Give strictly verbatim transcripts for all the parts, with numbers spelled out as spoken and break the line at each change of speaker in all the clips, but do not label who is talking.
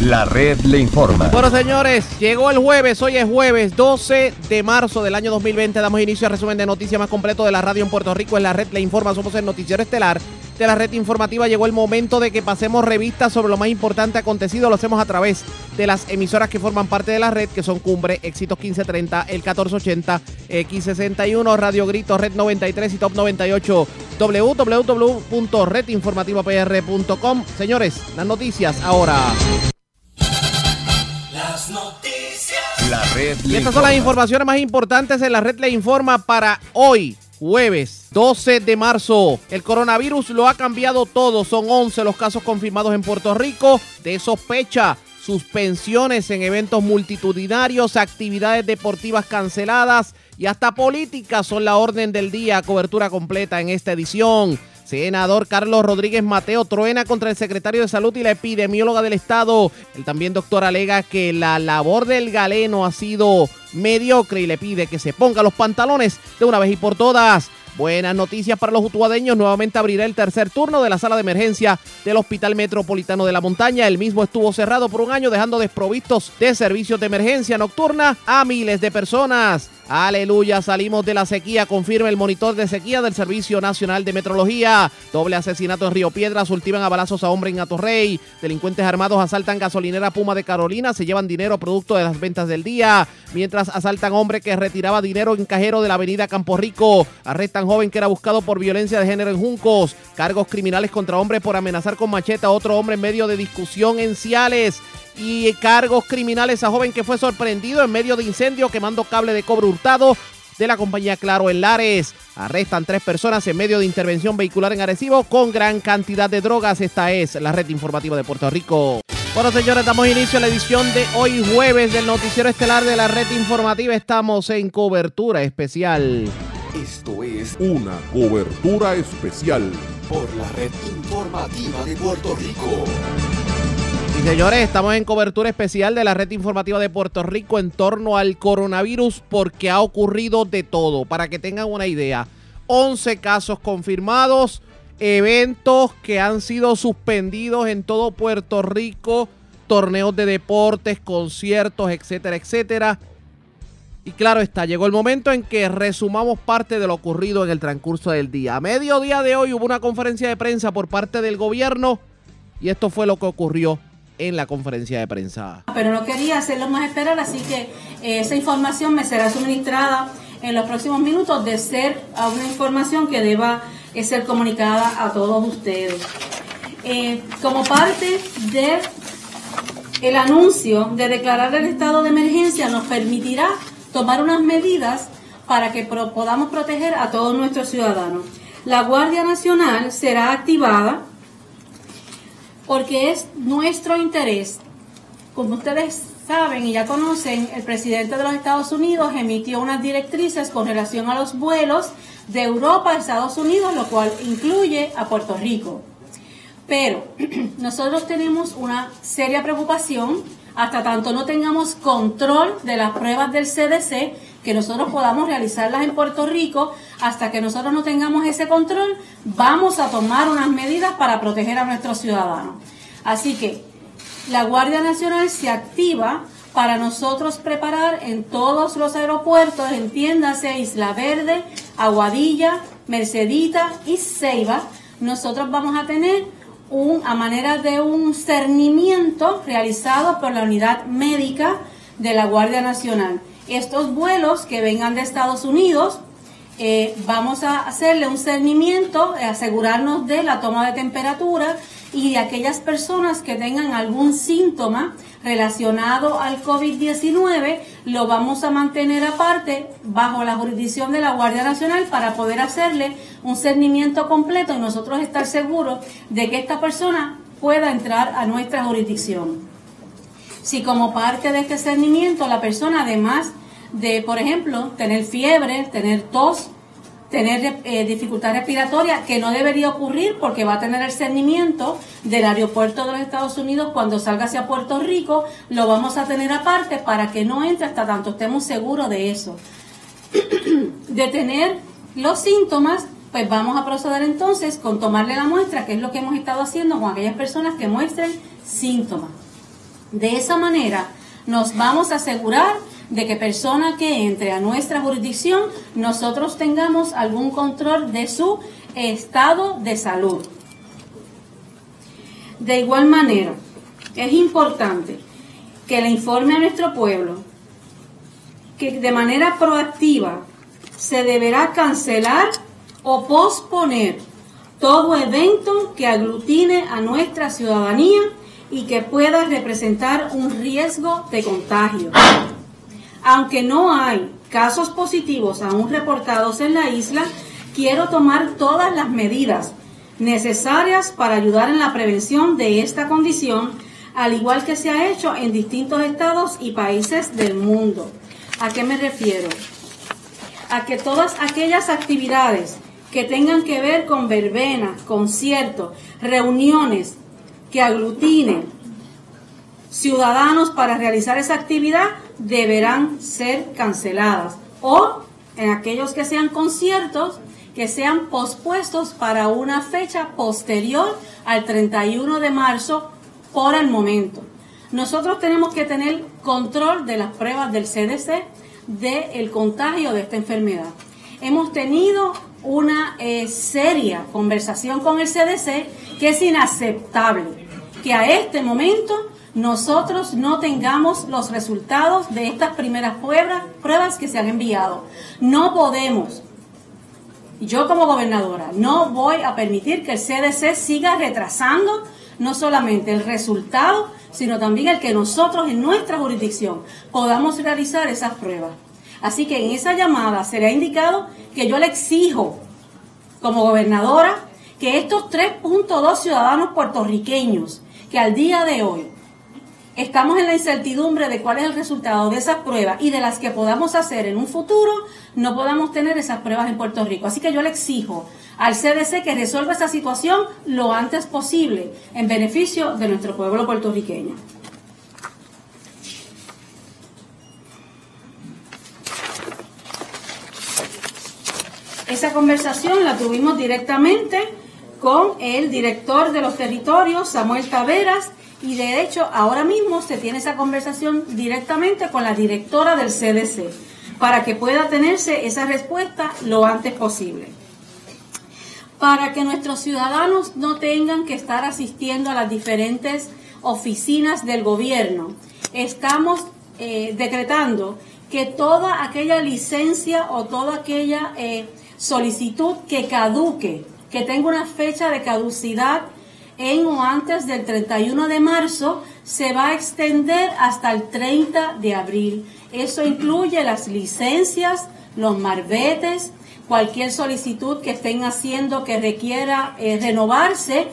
La red le informa.
Bueno, señores, llegó el jueves, hoy es jueves doce de marzo del año dos mil veinte. Damos inicio al resumen de noticias más completo de la radio en Puerto Rico. En la red le informa, somos el noticiero estelar de la red informativa. Llegó el momento de que pasemos revistas sobre lo más importante acontecido. Lo hacemos a través de las emisoras que forman parte de la red, que son Cumbre, Éxitos quince treinta, el catorce ochenta, X sesenta y uno, Radio Grito, Red noventa y tres y Top noventa y ocho, w w w punto red informativa p r punto com. Señores, las noticias ahora.
Las noticias.
La red le
Y estas
informa.
son las informaciones más importantes en la red le informa para hoy, jueves doce de marzo. El coronavirus lo ha cambiado todo. Son once los casos confirmados en Puerto Rico de sospecha. Suspensiones en eventos multitudinarios, actividades deportivas canceladas y hasta políticas son la orden del día. Cobertura completa en esta edición. Senador Carlos Rodríguez Mateo truena contra el secretario de Salud y la epidemióloga del Estado. El también doctor alega que la labor del galeno ha sido mediocre y le pide que se ponga los pantalones de una vez y por todas. Buenas noticias para los utuadeños. Nuevamente abrirá el tercer turno de la sala de emergencia del Hospital Metropolitano de la Montaña. El mismo estuvo cerrado por un año, dejando desprovistos de servicios de emergencia nocturna a miles de personas. Aleluya, salimos de la sequía, confirma el monitor de sequía del Servicio Nacional de Metrología. Doble asesinato en Río Piedras, ultiman a balazos a hombre en Atorrey. Delincuentes armados asaltan gasolinera Puma de Carolina, se llevan dinero producto de las ventas del día. Mientras asaltan hombre que retiraba dinero en cajero de la avenida Campo Rico. Arrestan joven que era buscado por violencia de género en Juncos. Cargos criminales contra hombre por amenazar con machete a otro hombre en medio de discusión en Ciales. Y cargos criminales a joven que fue sorprendido en medio de incendio quemando cable de cobre hurtado de la compañía Claro en Lares. Arrestan tres personas en medio de intervención vehicular en Arecibo con gran cantidad de drogas. Esta es la red informativa de Puerto Rico. Bueno, señores, damos inicio a la edición de hoy jueves del noticiero estelar de la red informativa. Estamos en cobertura especial.
Esto es una cobertura especial
Por la red informativa de Puerto Rico.
Y señores, estamos en cobertura especial de la red informativa de Puerto Rico en torno al coronavirus porque ha ocurrido de todo. Para que tengan una idea, once casos confirmados, eventos que han sido suspendidos en todo Puerto Rico, torneos de deportes, conciertos, etcétera, etcétera. Y claro está, llegó el momento en que resumamos parte de lo ocurrido en el transcurso del día. A mediodía de hoy hubo una conferencia de prensa por parte del gobierno y esto fue lo que ocurrió en la conferencia de prensa.
Pero no quería hacerlo más esperar, así que eh, esa información me será suministrada en los próximos minutos de ser a una información que deba eh, ser comunicada a todos ustedes. Eh, como parte de el anuncio de declarar el estado de emergencia nos permitirá tomar unas medidas para que pro- podamos proteger a todos nuestros ciudadanos. La Guardia Nacional será activada porque es nuestro interés. Como ustedes saben y ya conocen, el presidente de los Estados Unidos emitió unas directrices con relación a los vuelos de Europa a Estados Unidos, lo cual incluye a Puerto Rico. Pero nosotros tenemos una seria preocupación hasta tanto no tengamos control de las pruebas del C D C, que nosotros podamos realizarlas en Puerto Rico. Hasta que nosotros no tengamos ese control, vamos a tomar unas medidas para proteger a nuestros ciudadanos. Así que la Guardia Nacional se activa para nosotros preparar en todos los aeropuertos, entiéndase Isla Verde, Aguadilla, Mercedita y Ceiba. Nosotros vamos a tener un, a manera de un cernimiento realizado por la unidad médica de la Guardia Nacional. Estos vuelos que vengan de Estados Unidos, eh, vamos a hacerle un cernimiento, eh, asegurarnos de la toma de temperatura y de aquellas personas que tengan algún síntoma relacionado al COVID diecinueve, lo vamos a mantener aparte bajo la jurisdicción de la Guardia Nacional para poder hacerle un cernimiento completo y nosotros estar seguros de que esta persona pueda entrar a nuestra jurisdicción. Si como parte de este cernimiento la persona, además de, por ejemplo, tener fiebre, tener tos, tener eh, dificultad respiratoria, que no debería ocurrir porque va a tener el cernimiento del aeropuerto de los Estados Unidos cuando salga hacia Puerto Rico, lo vamos a tener aparte para que no entre hasta tanto estemos seguros de eso. De tener los síntomas, pues vamos a proceder entonces con tomarle la muestra, que es lo que hemos estado haciendo con aquellas personas que muestren síntomas. De esa manera nos vamos a asegurar de que persona que entre a nuestra jurisdicción, nosotros tengamos algún control de su estado de salud. De igual manera, es importante que le informe a nuestro pueblo que de manera proactiva se deberá cancelar o posponer todo evento que aglutine a nuestra ciudadanía y que pueda representar un riesgo de contagio. Aunque no hay casos positivos aún reportados en la isla, quiero tomar todas las medidas necesarias para ayudar en la prevención de esta condición, al igual que se ha hecho en distintos estados y países del mundo. ¿A qué me refiero? A que todas aquellas actividades que tengan que ver con verbenas, conciertos, reuniones que aglutinen ciudadanos para realizar esa actividad deberán ser canceladas, o en aquellos que sean conciertos que sean pospuestos para una fecha posterior al treinta y uno de marzo por el momento. Nosotros tenemos que tener control de las pruebas del C D C del contagio de esta enfermedad. Hemos tenido una eh, seria conversación con el C D C que es inaceptable que a este momento nosotros no tengamos los resultados de estas primeras pruebas, pruebas que se han enviado. No podemos, yo como gobernadora, no voy a permitir que el C D C siga retrasando no solamente el resultado, sino también el que nosotros en nuestra jurisdicción podamos realizar esas pruebas. Así que en esa llamada será indicado que yo le exijo como gobernadora que estos tres punto dos ciudadanos puertorriqueños que al día de hoy estamos en la incertidumbre de cuál es el resultado de esas pruebas y de las que podamos hacer en un futuro, no podamos tener esas pruebas en Puerto Rico. Así que yo le exijo al C D C que resuelva esa situación lo antes posible en beneficio de nuestro pueblo puertorriqueño. Esa conversación la tuvimos directamente con el director de los territorios, Samuel Taveras, y de hecho ahora mismo se tiene esa conversación directamente con la directora del C D C para que pueda tenerse esa respuesta lo antes posible. Para que nuestros ciudadanos no tengan que estar asistiendo a las diferentes oficinas del gobierno, estamos eh, decretando que toda aquella licencia o toda aquella eh, solicitud que caduque, que tenga una fecha de caducidad en o antes del treinta y uno de marzo, se va a extender hasta el treinta de abril. Eso incluye las licencias, los marbetes, cualquier solicitud que estén haciendo que requiera eh, renovarse,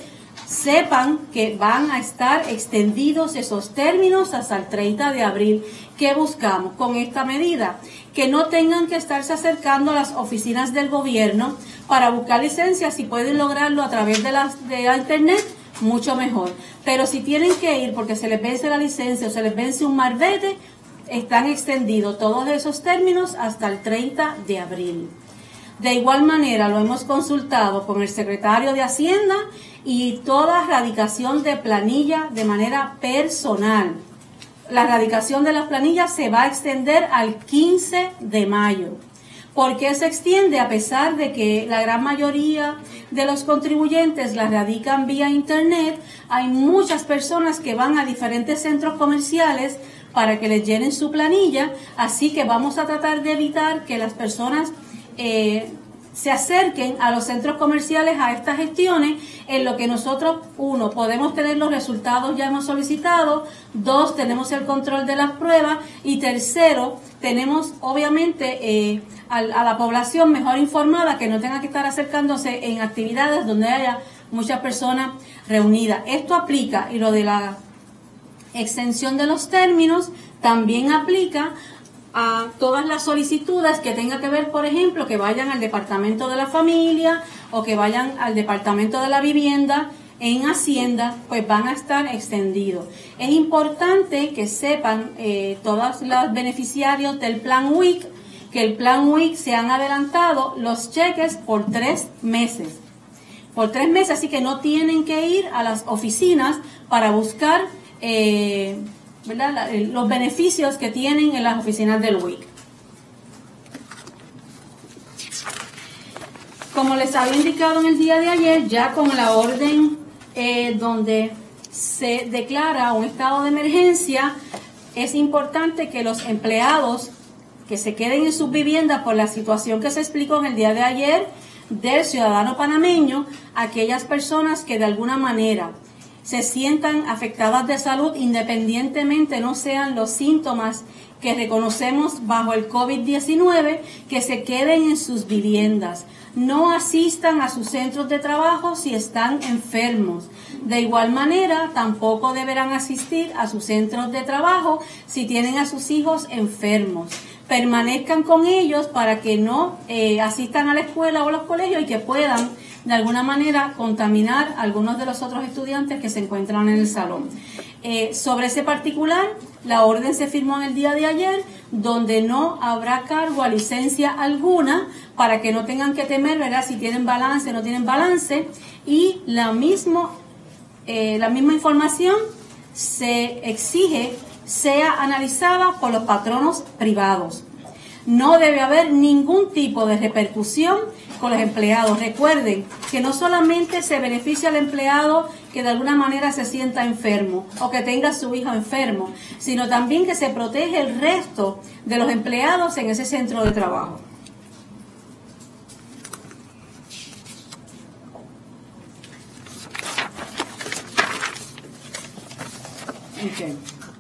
sepan que van a estar extendidos esos términos hasta el treinta de abril. ¿Qué buscamos con esta medida? Que no tengan que estarse acercando a las oficinas del gobierno para buscar licencias. Si pueden lograrlo a través de la, de la internet, mucho mejor. Pero si tienen que ir porque se les vence la licencia o se les vence un marbete, están extendidos todos esos términos hasta el treinta de abril. De igual manera, lo hemos consultado con el secretario de Hacienda y toda radicación de planilla de manera personal. La radicación de las planillas se va a extender al quince de mayo. ¿Por qué se extiende? A pesar de que la gran mayoría de los contribuyentes la radican vía internet, hay muchas personas que van a diferentes centros comerciales para que les llenen su planilla, así que vamos a tratar de evitar que las personas eh, se acerquen a los centros comerciales a estas gestiones, en lo que nosotros, uno, podemos tener los resultados ya hemos solicitado, dos, tenemos el control de las pruebas, y tercero, tenemos obviamente eh, a, a la población mejor informada, que no tenga que estar acercándose en actividades donde haya muchas personas reunidas. Esto aplica, y lo de la extensión de los términos también aplica a todas las solicitudes que tenga que ver, por ejemplo, que vayan al Departamento de la Familia o que vayan al Departamento de la Vivienda en Hacienda, pues van a estar extendidos. Es importante que sepan eh, todos los beneficiarios del Plan W I C que el Plan W I C se han adelantado los cheques por tres meses. Por tres meses, así que no tienen que ir a las oficinas para buscar eh, ¿verdad?, la, los beneficios que tienen en las oficinas del W I C. Como les había indicado en el día de ayer, ya con la orden eh, donde se declara un estado de emergencia, es importante que los empleados que se queden en sus viviendas por la situación que se explicó en el día de ayer del ciudadano panameño, aquellas personas que de alguna manera se sientan afectadas de salud, independientemente no sean los síntomas que reconocemos bajo el COVID diecinueve, que se queden en sus viviendas. No asistan a sus centros de trabajo si están enfermos. De igual manera, tampoco deberán asistir a sus centros de trabajo si tienen a sus hijos enfermos. Permanezcan con ellos para que no eh, asistan a la escuela o a los colegios y que puedan de alguna manera contaminar a algunos de los otros estudiantes que se encuentran en el salón. Eh, sobre ese particular, la orden se firmó en el día de ayer, donde no habrá cargo a licencia alguna para que no tengan que temer, ¿verdad?, si tienen balance o no tienen balance, y la, mismo, eh, la misma información se exige sea analizada por los patronos privados. No debe haber ningún tipo de repercusión con los empleados. Recuerden que no solamente se beneficia al empleado que de alguna manera se sienta enfermo o que tenga a su hijo enfermo, sino también que se protege el resto de los empleados en ese centro de trabajo. Okay.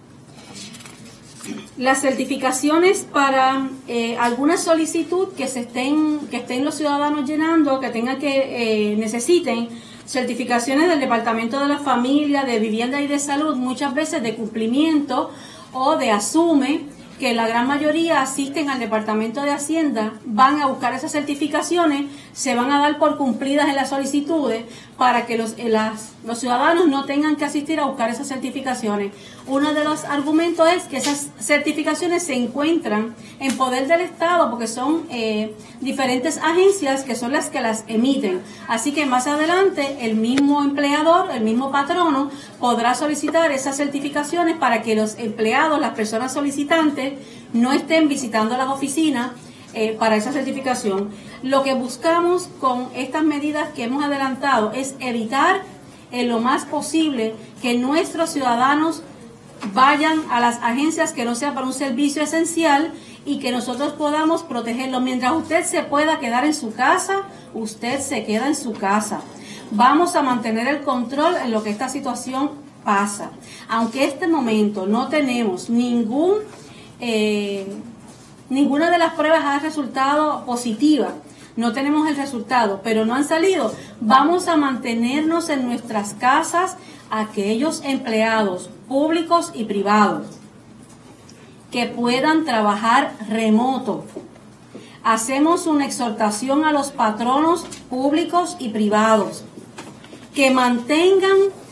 Las certificaciones para eh, alguna solicitud que se estén que estén los ciudadanos llenando, que tengan que eh, necesiten certificaciones del Departamento de la Familia, de Vivienda y de Salud, muchas veces de cumplimiento o de asume que la gran mayoría asisten al Departamento de Hacienda, van a buscar esas certificaciones, se van a dar por cumplidas en las solicitudes para que los, las, los ciudadanos no tengan que asistir a buscar esas certificaciones. Uno de los argumentos es que esas certificaciones se encuentran en poder del Estado porque son eh, diferentes agencias que son las que las emiten. Así que más adelante el mismo empleador, el mismo patrono, podrá solicitar esas certificaciones para que los empleados, las personas solicitantes, no estén visitando las oficinas eh, para esa certificación. Lo que buscamos con estas medidas que hemos adelantado es evitar en lo más posible que nuestros ciudadanos vayan a las agencias que no sea para un servicio esencial y que nosotros podamos protegerlos. Mientras usted se pueda quedar en su casa, usted se queda en su casa. Vamos a mantener el control en lo que esta situación pasa. Aunque en este momento no tenemos ningún, eh, ninguna de las pruebas ha resultado positiva, no tenemos el resultado, pero no han salido, vamos a mantenernos en nuestras casas aquellos empleados públicos y privados que puedan trabajar remoto. Hacemos una exhortación a los patronos públicos y privados que mantengan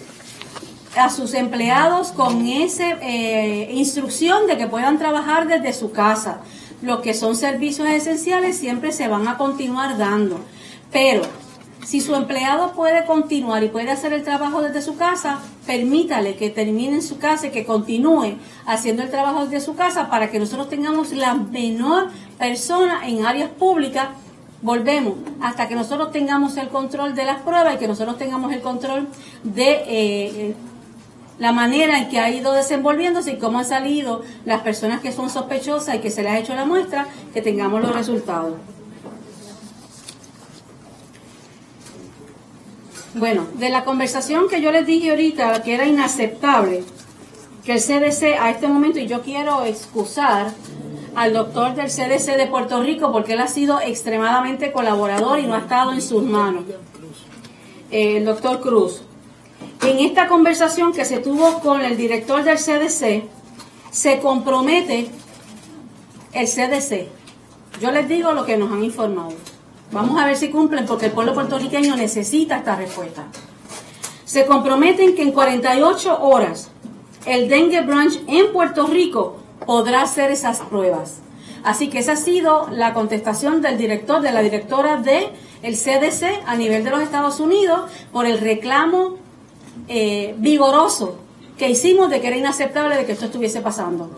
a sus empleados con esa eh, instrucción de que puedan trabajar desde su casa. Lo que son servicios esenciales siempre se van a continuar dando, pero si su empleado puede continuar y puede hacer el trabajo desde su casa, permítale que termine en su casa y que continúe haciendo el trabajo desde su casa para que nosotros tengamos la menor persona en áreas públicas. Volvemos hasta que nosotros tengamos el control de las pruebas y que nosotros tengamos el control de eh, la manera en que ha ido desenvolviéndose y cómo han salido las personas que son sospechosas y que se les ha hecho la muestra, que tengamos los resultados. Bueno, de la conversación que yo les dije ahorita, que era inaceptable, que el C D C a este momento, y yo quiero excusar al doctor del C D C de Puerto Rico porque él ha sido extremadamente colaborador y no ha estado en sus manos, eh, el doctor Cruz. En esta conversación que se tuvo con el director del C D C, se compromete el C D C. Yo les digo lo que nos han informado. Vamos a ver si cumplen, porque el pueblo puertorriqueño necesita esta respuesta. Se comprometen que en cuarenta y ocho horas el Dengue Branch en Puerto Rico podrá hacer esas pruebas. Así que esa ha sido la contestación del director, de la directora del C D C a nivel de los Estados Unidos por el reclamo eh, vigoroso que hicimos de que era inaceptable de que esto estuviese pasando.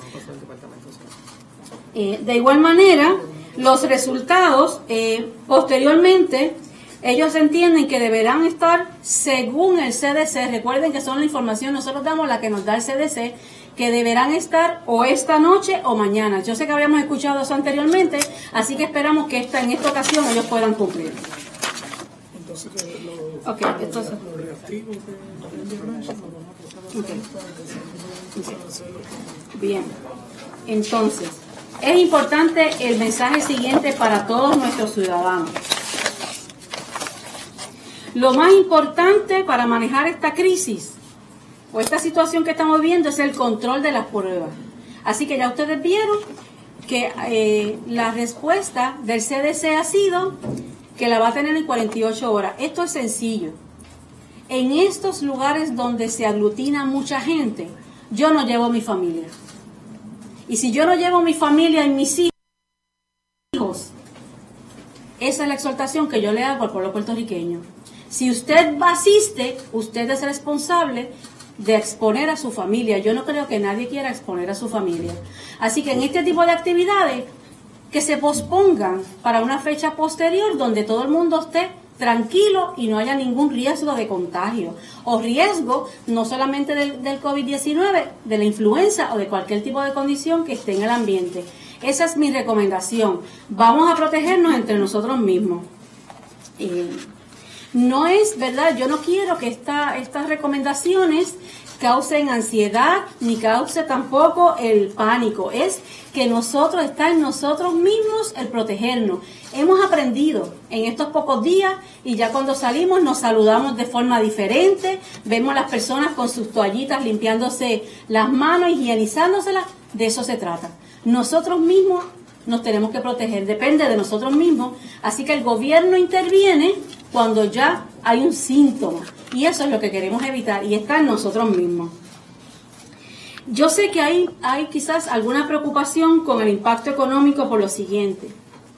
Eh, de igual manera, los resultados, eh, posteriormente, ellos entienden que deberán estar según el C D C. Recuerden que son la información, nosotros damos la que nos da el C D C, que deberán estar o esta noche o mañana. Yo sé que habíamos escuchado eso anteriormente, así que esperamos que esta, en esta ocasión ellos puedan cumplir. Ok, entonces... Okay. Bien, entonces, es importante el mensaje siguiente para todos nuestros ciudadanos. Lo más importante para manejar esta crisis o esta situación que estamos viendo es el control de las pruebas. Así que ya ustedes vieron que eh, la respuesta del C D C ha sido que la va a tener en cuarenta y ocho horas. Esto es sencillo. En estos lugares donde se aglutina mucha gente, yo no llevo mi familia. Y si yo no llevo mi familia y mis hijos, esa es la exhortación que yo le hago al pueblo puertorriqueño. Si usted asiste, usted es responsable de exponer a su familia. Yo no creo que nadie quiera exponer a su familia. Así que en este tipo de actividades, que se pospongan para una fecha posterior donde todo el mundo esté tranquilo y no haya ningún riesgo de contagio o riesgo no solamente del, del COVID diecinueve, de la influenza o de cualquier tipo de condición que esté en el ambiente. Esa es mi recomendación. Vamos a protegernos entre nosotros mismos. Eh, no es verdad, yo no quiero que esta, estas recomendaciones causen ansiedad ni cause tampoco el pánico. Es que nosotros, está en nosotros mismos el protegernos. Hemos aprendido en estos pocos días y ya cuando salimos nos saludamos de forma diferente, vemos a las personas con sus toallitas limpiándose las manos, higienizándoselas. De eso se trata. Nosotros mismos nos tenemos que proteger, depende de nosotros mismos. Así que el gobierno interviene cuando ya hay un síntoma y eso es lo que queremos evitar y está en nosotros mismos. Yo sé que hay, hay quizás alguna preocupación con el impacto económico por lo siguiente.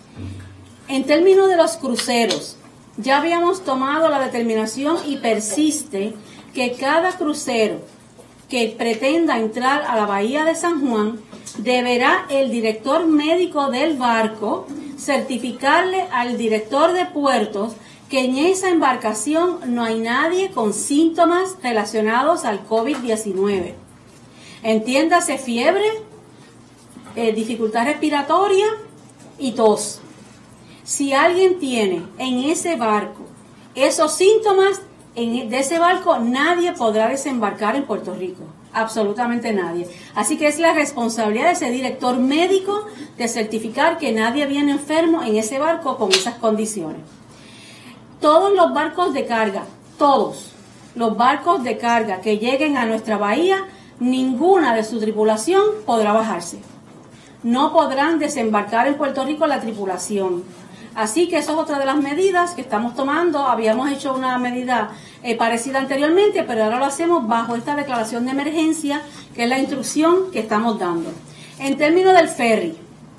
En términos de los cruceros, ya habíamos tomado la determinación y persiste que cada crucero que pretenda entrar a la bahía de San Juan, deberá el director médico del barco certificarle al director de puertos que en esa embarcación no hay nadie con síntomas relacionados al COVID diecinueve. Entiéndase fiebre, eh, dificultad respiratoria y tos. Si alguien tiene en ese barco esos síntomas, en, de ese barco nadie podrá desembarcar en Puerto Rico. Absolutamente nadie. Así que es la responsabilidad de ese director médico de certificar que nadie viene enfermo en ese barco con esas condiciones. Todos los barcos de carga, todos los barcos de carga que lleguen a nuestra bahía, ninguna de su tripulación podrá bajarse. No podrán desembarcar en Puerto Rico la tripulación. Así que eso es otra de las medidas que estamos tomando. Habíamos hecho una medida eh, parecida anteriormente, pero ahora lo hacemos bajo esta declaración de emergencia, que es la instrucción que estamos dando. En términos del ferry,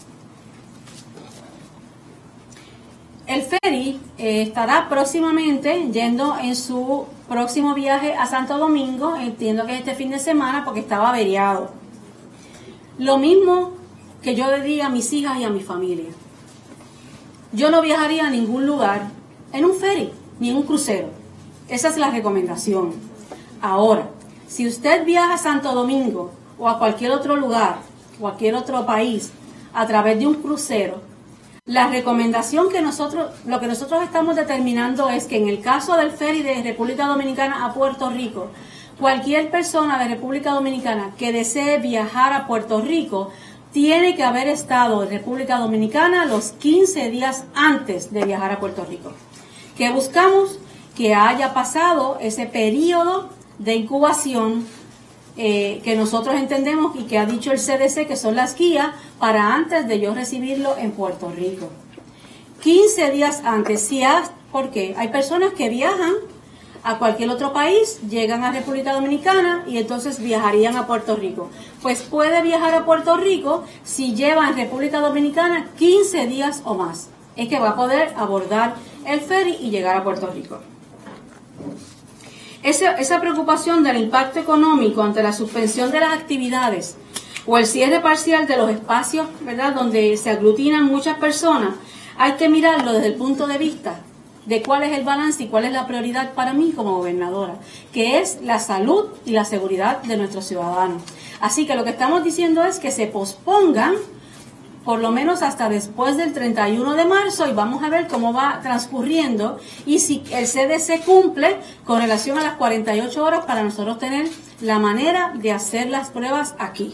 el ferry eh, estará próximamente yendo en su próximo viaje a Santo Domingo. Entiendo que es este fin de semana porque estaba averiado. Lo mismo que yo le di a mis hijas y a mi familia. Yo no viajaría a ningún lugar en un ferry, ni en un crucero. Esa es la recomendación. Ahora, si usted viaja a Santo Domingo o a cualquier otro lugar, cualquier otro país, a través de un crucero, la recomendación que nosotros, lo que nosotros estamos determinando es que en el caso del ferry de República Dominicana a Puerto Rico, cualquier persona de República Dominicana que desee viajar a Puerto Rico tiene que haber estado en República Dominicana los quince días antes de viajar a Puerto Rico. ¿Qué buscamos? Que haya pasado ese periodo de incubación eh, que nosotros entendemos y que ha dicho el C D C que son las guías para antes de yo recibirlo en Puerto Rico. quince días antes. ¿Sí? ¿Por qué? Hay personas que viajan a cualquier otro país, llegan a República Dominicana y entonces viajarían a Puerto Rico. Pues puede viajar a Puerto Rico si lleva en República Dominicana quince días o más. Es que va a poder abordar el ferry y llegar a Puerto Rico. Ese, esa preocupación del impacto económico ante la suspensión de las actividades o el cierre parcial de los espacios, ¿verdad?, donde se aglutinan muchas personas, hay que mirarlo desde el punto de vista de cuál es el balance y cuál es la prioridad para mí como gobernadora, que es la salud y la seguridad de nuestros ciudadanos. Así que lo que estamos diciendo es que se pospongan por lo menos hasta después del treinta y uno de marzo y vamos a ver cómo va transcurriendo y si el C D C cumple con relación a las cuarenta y ocho horas para nosotros tener la manera de hacer las pruebas aquí.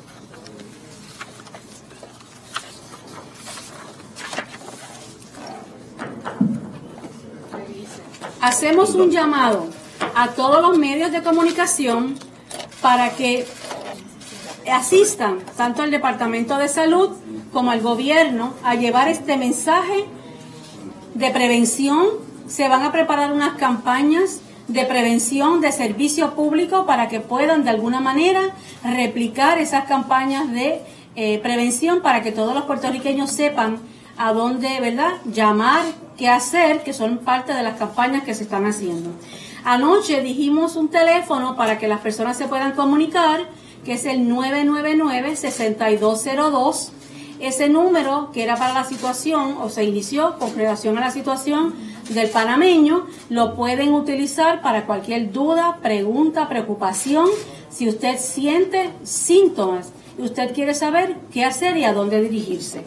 Hacemos un llamado a todos los medios de comunicación para que asistan tanto al Departamento de Salud como al gobierno a llevar este mensaje de prevención. Se van a preparar unas campañas de prevención de servicio público para que puedan de alguna manera replicar esas campañas de eh, prevención para que todos los puertorriqueños sepan a dónde, ¿verdad?, llamar, qué hacer, que son parte de las campañas que se están haciendo. Anoche dijimos un teléfono para que las personas se puedan comunicar, que es el nueve nueve nueve, seis dos cero dos. Ese número, que era para la situación, o se inició con relación a la situación del panameño, lo pueden utilizar para cualquier duda, pregunta, preocupación. Si usted siente síntomas y usted quiere saber qué hacer y a dónde dirigirse.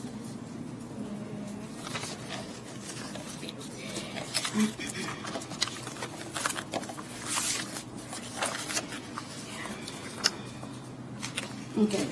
Okay.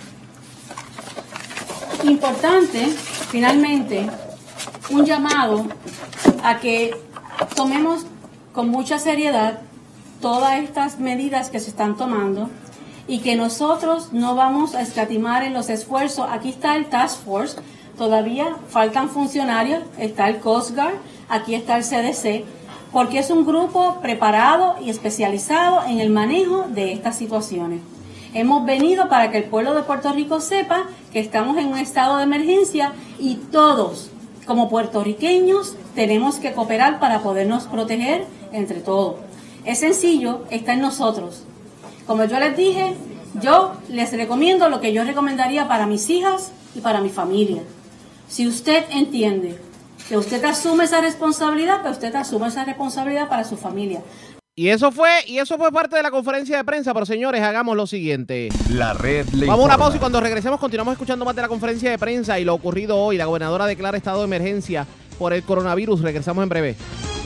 Importante, finalmente, un llamado a que tomemos con mucha seriedad todas estas medidas que se están tomando y que nosotros no vamos a escatimar en los esfuerzos. Aquí está el Task Force, todavía faltan funcionarios, está el Coast Guard, aquí está el C D C, porque es un grupo preparado y especializado en el manejo de estas situaciones. Hemos venido para que el pueblo de Puerto Rico sepa que estamos en un estado de emergencia y todos, como puertorriqueños, tenemos que cooperar para podernos proteger entre todos. Es sencillo, está en nosotros. Como yo les dije, yo les recomiendo lo que yo recomendaría para mis hijas y para mi familia. Si usted entiende que usted asume esa responsabilidad, pues usted asume esa responsabilidad para su familia.
Y eso fue y eso fue parte de la conferencia de prensa, pero señores, hagamos lo siguiente.
La red le
Vamos a una
informa.
pausa y cuando regresemos continuamos escuchando más de la conferencia de prensa y lo ocurrido hoy. La gobernadora declara estado de emergencia por el coronavirus. Regresamos en breve.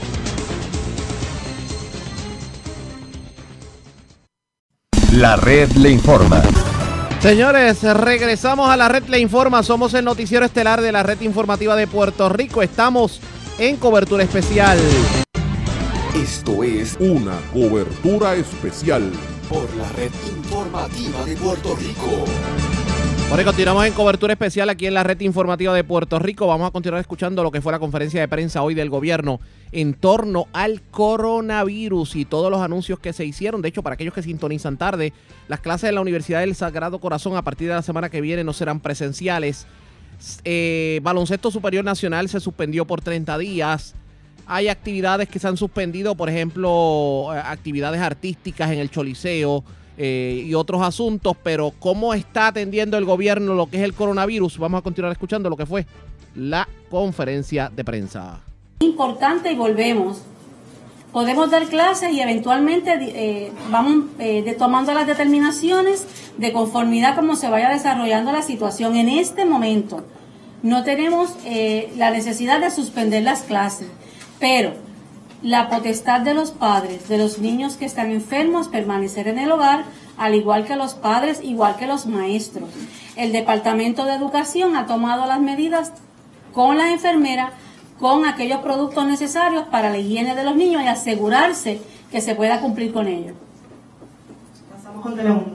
La red le informa.
Señores, regresamos a la red le informa. Somos el noticiero estelar de la red informativa de Puerto Rico. Estamos en cobertura especial.
Esto es
Una cobertura especial
por la red informativa de Puerto Rico.
Bueno, y continuamos en cobertura especial aquí en la red informativa de Puerto Rico. Vamos a continuar escuchando lo que fue la conferencia de prensa hoy del gobierno en torno al coronavirus y todos los anuncios que se hicieron. De hecho, para aquellos que sintonizan tarde, las clases en la Universidad del Sagrado Corazón a partir de la semana que viene no serán presenciales. Eh, Baloncesto Superior Nacional se suspendió por treinta días. Hay actividades que se han suspendido, por ejemplo, actividades artísticas en el Choliseo eh, y otros asuntos, pero ¿cómo está atendiendo el gobierno lo que es el coronavirus? Vamos a continuar escuchando lo que fue la conferencia de prensa.
Importante y volvemos. Podemos dar clases y eventualmente eh, vamos eh, de, tomando las determinaciones de conformidad como se vaya desarrollando la situación. En este momento no tenemos eh, la necesidad de suspender las clases. Pero la potestad de los padres, de los niños que están enfermos, permanecer en el hogar, al igual que los padres, igual que los maestros. El Departamento de Educación ha tomado las medidas con las enfermeras, con aquellos productos necesarios para la higiene de los niños y asegurarse que se pueda cumplir con ellos. Pasamos con Telemundo.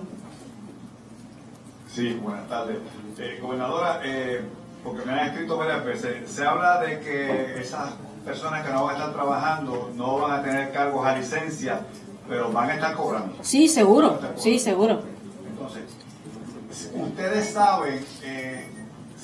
Sí, buenas tardes. Eh, gobernadora, eh, porque me han escrito varias veces, se habla de que esas personas que no van a estar trabajando no van a tener cargos a licencia, pero van a estar cobrando.
Sí, seguro, sí, seguro.
Entonces, ustedes saben eh,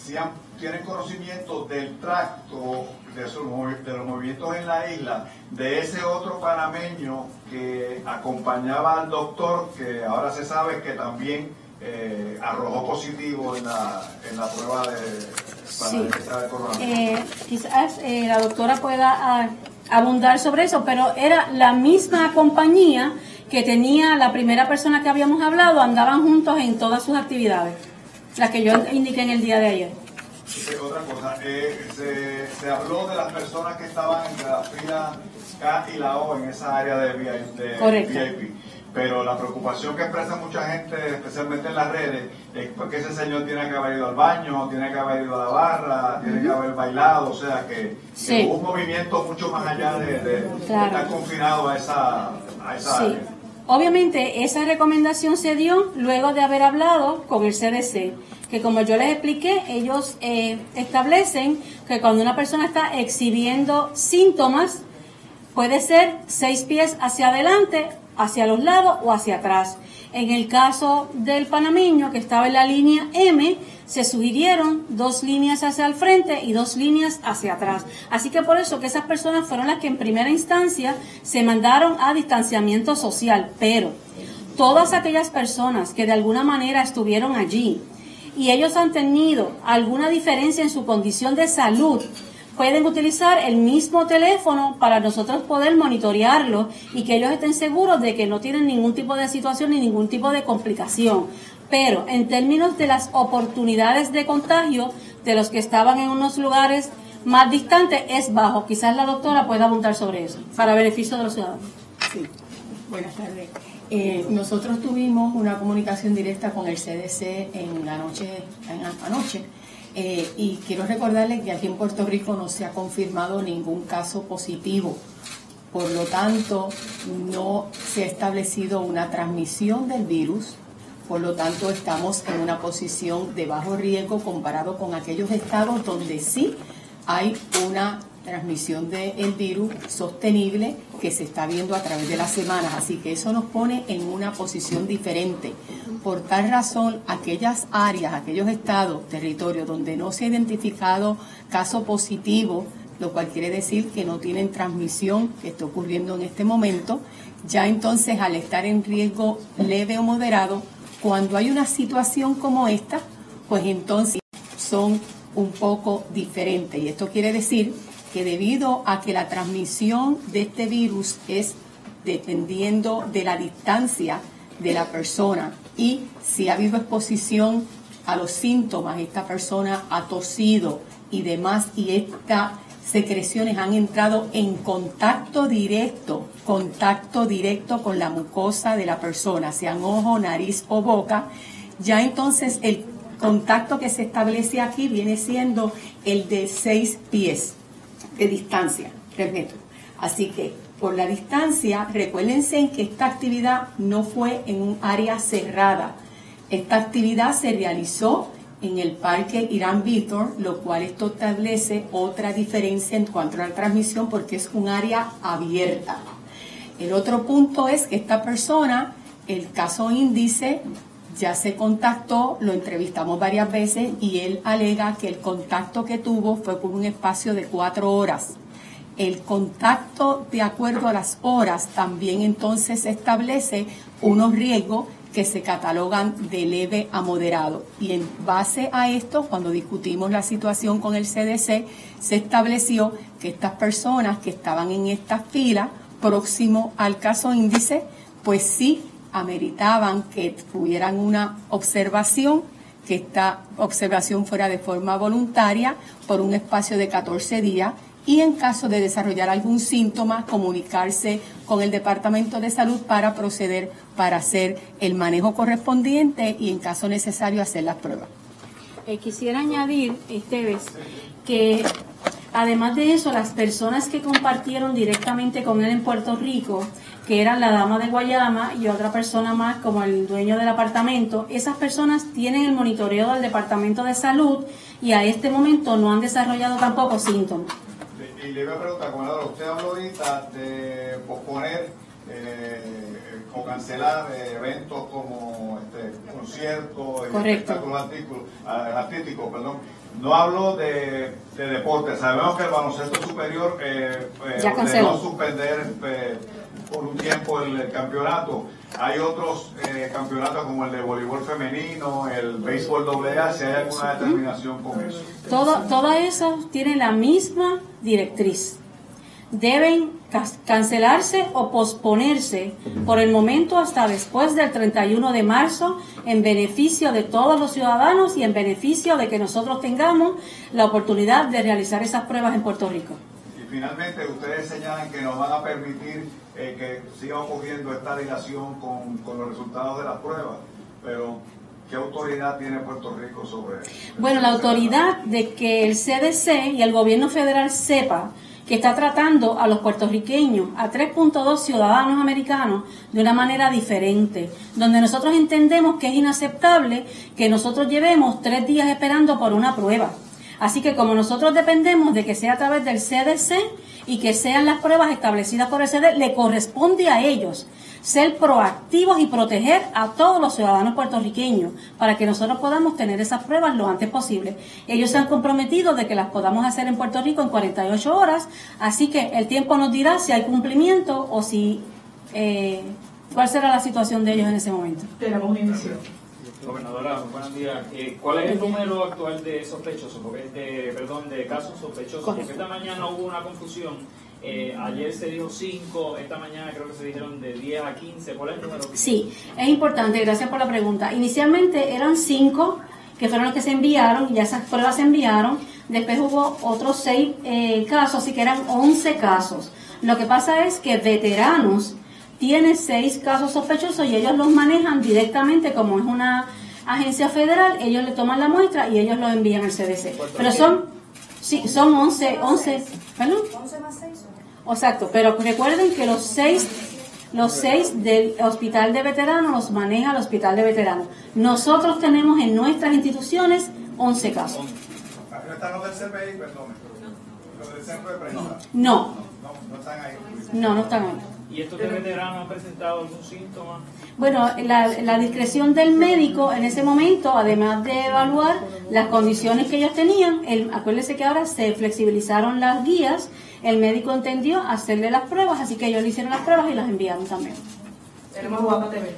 si han, tienen conocimiento del tracto, de, su, de los movimientos en la isla, de ese otro panameño que acompañaba al doctor, que ahora se sabe que también eh, arrojó positivo en la, en la prueba de, para
sí.
de coronavirus.
Eh, quizás eh, la doctora pueda a, abundar sobre eso, pero era la misma compañía que tenía la primera persona que habíamos hablado, andaban juntos en todas sus actividades, las que yo indiqué en el día de ayer.
Sí, otra cosa, eh, se, se habló de las personas que estaban entre la fila K y la O en esa área de V I P, pero la preocupación que expresa mucha gente, especialmente en las redes, es porque ese señor tiene que haber ido al baño, tiene que haber ido a la barra, tiene que haber bailado, o sea que,
sí.
que hubo un movimiento mucho más allá de, de, claro. de estar confinado a esa, a esa
sí.
área.
Obviamente esa recomendación se dio luego de haber hablado con el C D C, que como yo les expliqué, ellos eh, establecen que cuando una persona está exhibiendo síntomas, puede ser seis pies hacia adelante, hacia los lados o hacia atrás. En el caso del panameño que estaba en la línea M, se sugirieron dos líneas hacia el frente y dos líneas hacia atrás. Así que por eso que esas personas fueron las que en primera instancia se mandaron a distanciamiento social. Pero todas aquellas personas que de alguna manera estuvieron allí y ellos han tenido alguna diferencia en su condición de salud, pueden utilizar el mismo teléfono para nosotros poder monitorearlo y que ellos estén seguros de que no tienen ningún tipo de situación ni ningún tipo de complicación. Pero en términos de las oportunidades de contagio de los que estaban en unos lugares más distantes es bajo. Quizás la doctora pueda apuntar sobre eso, para beneficio de los ciudadanos.
Sí, buenas tardes. Eh, nosotros tuvimos una comunicación directa con el C D C en la noche, en la anoche. Eh, y quiero recordarles que aquí en Puerto Rico no se ha confirmado ningún caso positivo. Por lo tanto, no se ha establecido una transmisión del virus. Por lo tanto, estamos en una posición de bajo riesgo comparado con aquellos estados donde sí hay una transmisión del virus sostenible que se está viendo a través de las semanas. Así que eso nos pone en una posición diferente. Por tal razón, aquellas áreas, aquellos estados, territorios donde no se ha identificado caso positivo, lo cual quiere decir que no tienen transmisión que está ocurriendo en este momento, ya entonces al estar en riesgo leve o moderado, cuando hay una situación como esta, pues entonces son un poco diferentes. Y esto quiere decir que debido a que la transmisión de este virus es dependiendo de la distancia de la persona y si ha habido exposición a los síntomas, esta persona ha tosido y demás, y estas secreciones han entrado en contacto directo, contacto directo con la mucosa de la persona, sean ojo, nariz o boca, ya entonces el contacto que se establece aquí viene siendo el de seis pies de distancia, tres metros. Así que por la distancia, recuérdense que esta actividad no fue en un área cerrada. Esta actividad se realizó en el Parque Irán Bithorn, lo cual esto establece otra diferencia en cuanto a la transmisión porque es un área abierta. El otro punto es que esta persona, el caso índice, ya se contactó, lo entrevistamos varias veces y él alega que el contacto que tuvo fue por un espacio de cuatro horas. El contacto de acuerdo a las horas también entonces establece unos riesgos que se catalogan de leve a moderado. Y en base a esto, cuando discutimos la situación con el C D C, se estableció que estas personas que estaban en esta fila próximo al caso índice, pues sí ameritaban que tuvieran una observación, que esta observación fuera de forma voluntaria por un espacio de catorce días y en caso de desarrollar algún síntoma, comunicarse con el Departamento de Salud para proceder para hacer el manejo correspondiente y en caso necesario hacer las pruebas.
Eh, quisiera añadir, Esteves, que además de eso, las personas que compartieron directamente con él en Puerto Rico, que eran la dama de Guayama y otra persona más como el dueño del apartamento, esas personas tienen el monitoreo del Departamento de Salud y a este momento no han desarrollado tampoco síntomas.
Y le iba a preguntar, gobernadora, usted habló ahorita de posponer eh, o cancelar eh, eventos como este, conciertos, espectáculos artísticos, artísticos, perdón. No hablo de, de deporte. Sabemos que el baloncesto superior eh, eh,
Ya canceló.
ordenó suspender eh, por un tiempo el, el campeonato. Hay otros eh, campeonatos como el de voleibol femenino, el béisbol doble A, si hay alguna determinación con eso.
Todo, todo eso tiene la misma directriz. Deben cas- cancelarse o posponerse por el momento hasta después del treinta y uno de marzo, en beneficio de todos los ciudadanos y en beneficio de que nosotros tengamos la oportunidad de realizar esas pruebas en Puerto Rico.
Y finalmente ustedes señalan que nos van a permitir eh, que siga ocurriendo esta dilación con, con los resultados de las pruebas, pero ¿qué autoridad tiene Puerto Rico sobre eso?
Bueno, la autoridad de que el C D C y el gobierno federal sepa que está tratando a los puertorriqueños, a tres punto dos ciudadanos americanos, de una manera diferente, donde nosotros entendemos que es inaceptable que nosotros llevemos tres días esperando por una prueba. Así que como nosotros dependemos de que sea a través del C D C y que sean las pruebas establecidas por el C D C, le corresponde a ellos ser proactivos y proteger a todos los ciudadanos puertorriqueños para que nosotros podamos tener esas pruebas lo antes posible. Ellos se han comprometido de que las podamos hacer en Puerto Rico en cuarenta y ocho horas, así que el tiempo nos dirá si hay cumplimiento o si eh, cuál será la situación de ellos en ese momento.
Tenemos un inicio.
Gobernadora, buenos días. Eh, ¿Cuál es el número actual de sospechosos? Porque, de, perdón, de casos sospechosos. Porque esta mañana hubo una confusión. Eh, ayer se dijo cinco, esta mañana creo que se dijeron de diez a quince. ¿Cuál es el número?
Sí, es importante, gracias por la pregunta. Inicialmente eran cinco, que fueron los que se enviaron, ya esas pruebas se enviaron. Después hubo otros seis eh, casos, así que eran once casos. Lo que pasa es que veteranos tiene seis casos sospechosos y ellos los manejan directamente, como es una agencia federal, ellos le toman la muestra y ellos lo envían al C D C. Pero son, sí, son once, once, ¿perdón? once más seis. Exacto, pero recuerden que los seis, los seis del hospital de veteranos los maneja el hospital de veteranos. Nosotros tenemos en nuestras instituciones once casos.
¿No están los del C P I, perdón? ¿Los del centro de prensa?
No.
No, no están ahí.
No, no están ahí.
¿Y estos de veteranos han presentado algún síntoma?
Bueno, la, la discreción del médico en ese momento, además de evaluar las condiciones que ellos tenían, el, acuérdense que ahora se flexibilizaron las guías, el médico entendió hacerle las pruebas, así que ellos le hicieron las pruebas y las enviaron también.
Tenemos Guapa T V.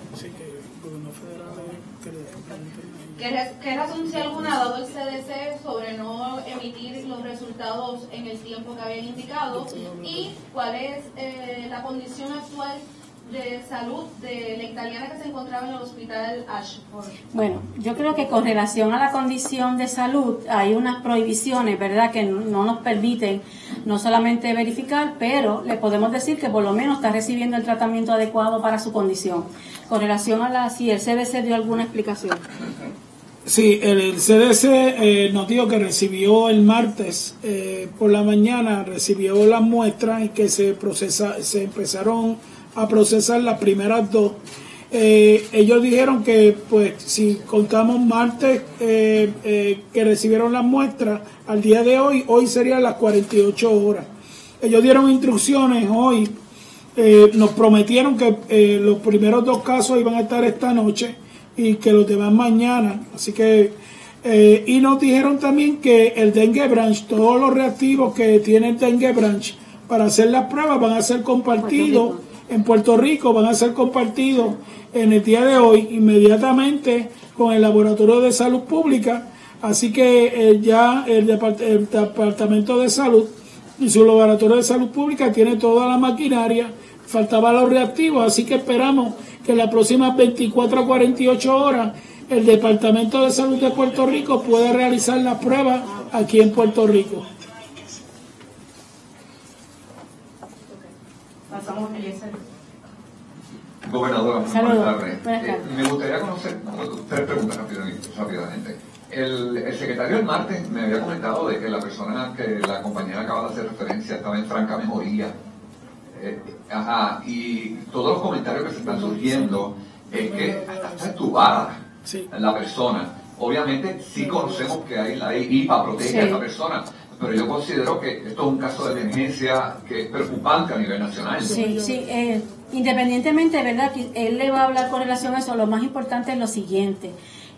¿Qué, ¿Qué razón, si alguna, ha dado el C D C sobre no emitir los resultados en el tiempo que habían indicado? ¿Y cuál es eh, la condición actual de salud de la italiana que se encontraba en el hospital Ashford?
Bueno, yo creo que con relación a la condición de salud hay unas prohibiciones, ¿verdad?, que no nos permiten no solamente verificar, pero le podemos decir que por lo menos está recibiendo el tratamiento adecuado para su condición. Con relación a la, si el C D C dio alguna explicación.
Sí, el C D C eh, nos dijo que recibió el martes eh, por la mañana, recibió las muestras y que se procesa, se empezaron a procesar las primeras dos. Eh, ellos dijeron que pues si contamos martes eh, eh, que recibieron las muestras, al día de hoy, hoy serían las cuarenta y ocho horas. Ellos dieron instrucciones hoy, eh, nos prometieron que eh, los primeros dos casos iban a estar esta noche y que los demás mañana, así que eh, y nos dijeron también que el dengue branch, todos los reactivos que tiene el dengue branch para hacer las pruebas van a ser compartidos en Puerto Rico, van a ser compartidos en el día de hoy inmediatamente con el Laboratorio de Salud Pública, así que eh, ya el, Depart el Departamento de Salud y su Laboratorio de Salud Pública tiene toda la maquinaria, faltaban los reactivos, así que esperamos que en las próximas veinticuatro a cuarenta y ocho horas el Departamento de Salud de Puerto Rico pueda realizar las pruebas aquí en Puerto Rico.
Pasamos a Eliezer.
Gobernadora, muy
Saludos.
buenas tardes.
Buenas
Eh,
tardes.
me gustaría conocer tres preguntas rápidamente. rápidamente. El, el secretario el martes me había comentado de que la persona que la compañera acaba de hacer referencia estaba en franca mejoría. Eh, ajá, y todos los comentarios que se están surgiendo es que hasta está entubada
Sí.
la persona. Obviamente sí conocemos que hay la I P A protege
Sí.
a esa persona, pero yo considero que esto es un caso de emergencia que es preocupante a nivel nacional.
Sí, sí, eh, independientemente, ¿verdad?, que él le va a hablar con relación a eso, lo más importante es lo siguiente.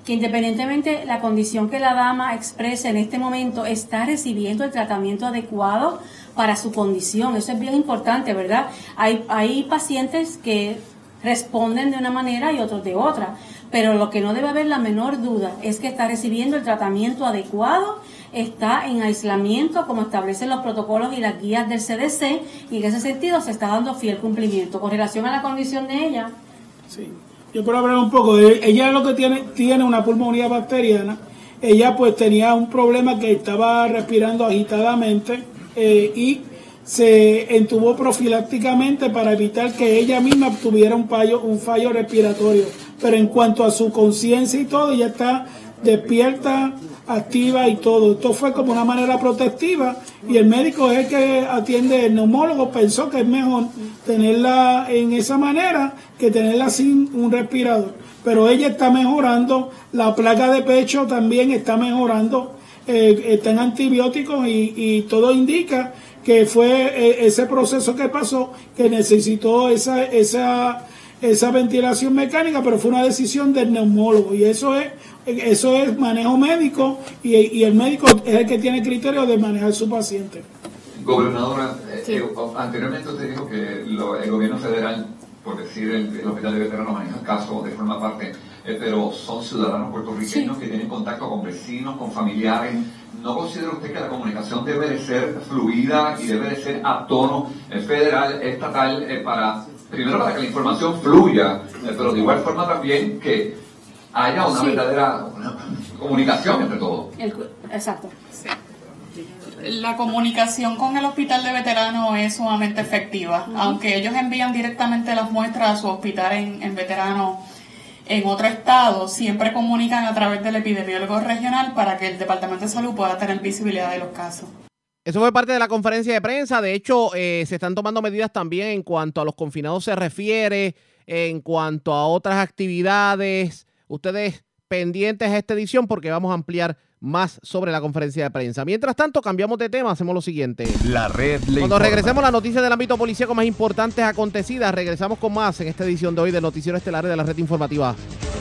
que independientemente de la condición que la dama exprese en este momento, está recibiendo el tratamiento adecuado para su condición. Eso es bien importante, ¿verdad? Hay, hay pacientes que responden de una manera y otros de otra, pero lo que no debe haber la menor duda es que está recibiendo el tratamiento adecuado, está en aislamiento como establecen los protocolos y las guías del C D C, y en ese sentido se está dando fiel cumplimiento. Con relación a la condición de ella,
sí, yo quiero hablar un poco de ella. Lo que tiene tiene una pulmonía bacteriana. Ella pues tenía un problema que estaba respirando agitadamente eh, y se entubó profilácticamente para evitar que ella misma tuviera un fallo, un fallo respiratorio. Pero en cuanto a su conciencia y todo, ella está despierta, activa y todo. Esto fue como una manera protectiva, y el médico es el que atiende, el neumólogo pensó que es mejor tenerla en esa manera que tenerla sin un respirador. Pero ella está mejorando, la placa de pecho también está mejorando, eh, está en antibióticos y, y todo indica que fue eh, ese proceso que pasó, que necesitó esa, esa, esa ventilación mecánica, pero fue una decisión del neumólogo, y eso es Eso es manejo médico, y, y el médico es el que tiene criterio de manejar su paciente.
Gobernadora, sí. eh, anteriormente usted dijo que lo, el gobierno federal, por decir el, el Hospital de Veteranos, maneja el caso de forma parte, eh, pero son ciudadanos puertorriqueños, sí, que tienen contacto con vecinos, con familiares. ¿No considera usted que la comunicación debe de ser fluida y debe de ser a tono eh, federal, estatal, eh, para, primero para que la información fluya, eh, pero de igual forma también que haya una sí. verdadera una comunicación entre todos?
Exacto.
Sí. La comunicación con el hospital de veteranos es sumamente efectiva, uh-huh. aunque ellos envían directamente las muestras a su hospital en, en veteranos en otro estado, siempre comunican a través del epidemiólogo regional para que el Departamento de Salud pueda tener visibilidad de los casos.
Eso fue parte de la conferencia de prensa. De hecho, eh, se están tomando medidas también en cuanto a los confinados se refiere, en cuanto a otras actividades. Ustedes pendientes a esta edición porque vamos a ampliar más sobre la conferencia de prensa. Mientras tanto, cambiamos de tema, hacemos lo siguiente.
La red le
Cuando
informa.
regresemos a las noticias del ámbito policíaco más importantes acontecidas, regresamos con más en esta edición de hoy del Noticiero Estelar de la Red Informativa.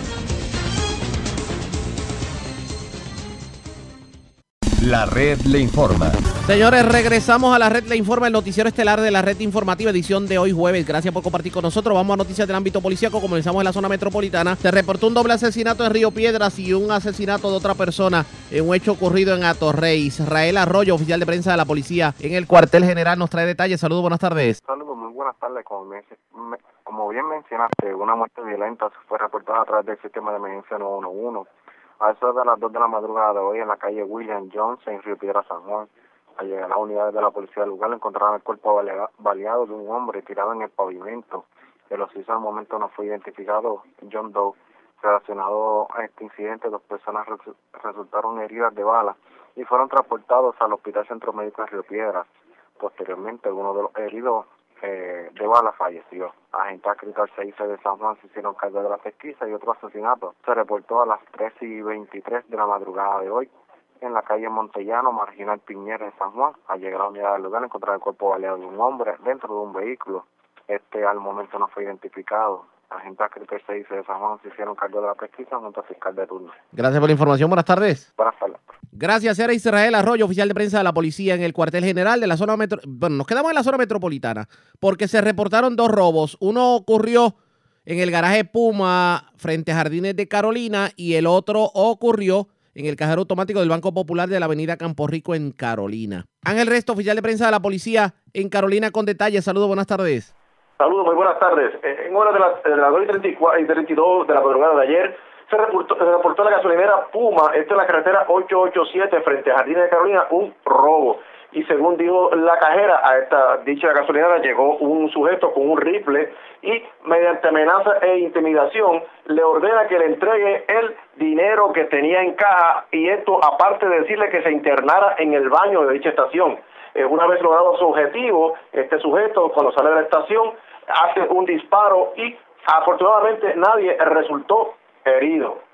La red le informa.
Señores, regresamos a la red le informa, el noticiero estelar de la Red Informativa, edición de hoy jueves. Gracias por compartir con nosotros. Vamos a noticias del ámbito policíaco. Comenzamos en la zona metropolitana. Se reportó un doble asesinato en Río Piedras y un asesinato de otra persona en un hecho ocurrido en Atorrey. Israel Arroyo, oficial de prensa de la policía en el cuartel general, nos trae detalles. Saludos, buenas tardes.
Saludos, muy buenas tardes. Como, me, me, como bien mencionaste, una muerte violenta fue reportada a través del sistema de emergencia nueve uno uno. A eso de las dos de la madrugada de hoy en la calle William Jones en Río Piedras, San Juan. Al llegar a las unidades de la policía del lugar encontraron el cuerpo baleado de un hombre tirado en el pavimento. El occiso al momento no fue identificado, John Doe. Relacionado a este incidente, dos personas res resultaron heridas de bala y fueron transportados al Hospital Centro Médico de Río Piedras. Posteriormente, uno de los heridos eh, de bala falleció. Agentes adscritos al C I C de San Juan se hicieron cargo de la pesquisa y otro asesinato se reportó a las tres y veintitrés de la madrugada de hoy en la calle Montellano, marginal Piñera en San Juan. Al llegar a la unidad del lugar encontraron el cuerpo baleado de un hombre dentro de un vehículo. Este al momento no fue identificado. Agentes adscritos al C I C de San Juan se hicieron cargo de la pesquisa junto al fiscal de turno.
Gracias por la información. Buenas tardes.
Buenas tardes.
Gracias, era Israel Arroyo, oficial de prensa de la policía en el cuartel general de la zona metro. Bueno, nos quedamos en la zona metropolitana porque se reportaron dos robos. Uno ocurrió en el garaje Puma frente a Jardines de Carolina y el otro ocurrió en el cajero automático del Banco Popular de la avenida Campo Rico en Carolina. Ángel Resto, oficial de prensa de la policía en Carolina con detalles. Saludos, buenas tardes.
Saludos, muy buenas tardes. En hora de las de la dos y treinta y dos de la madrugada de ayer, se reportó, se reportó la gasolinera Puma, esto es la carretera ocho ocho siete frente a Jardines de Carolina, un robo. Y según dijo la cajera, a esta dicha gasolinera llegó un sujeto con un rifle y mediante amenaza e intimidación le ordena que le entregue el dinero que tenía en caja, y esto aparte de decirle que se internara en el baño de dicha estación. Eh, una vez logrado su objetivo, este sujeto cuando sale de la estación hace un disparo y afortunadamente nadie resultó herido.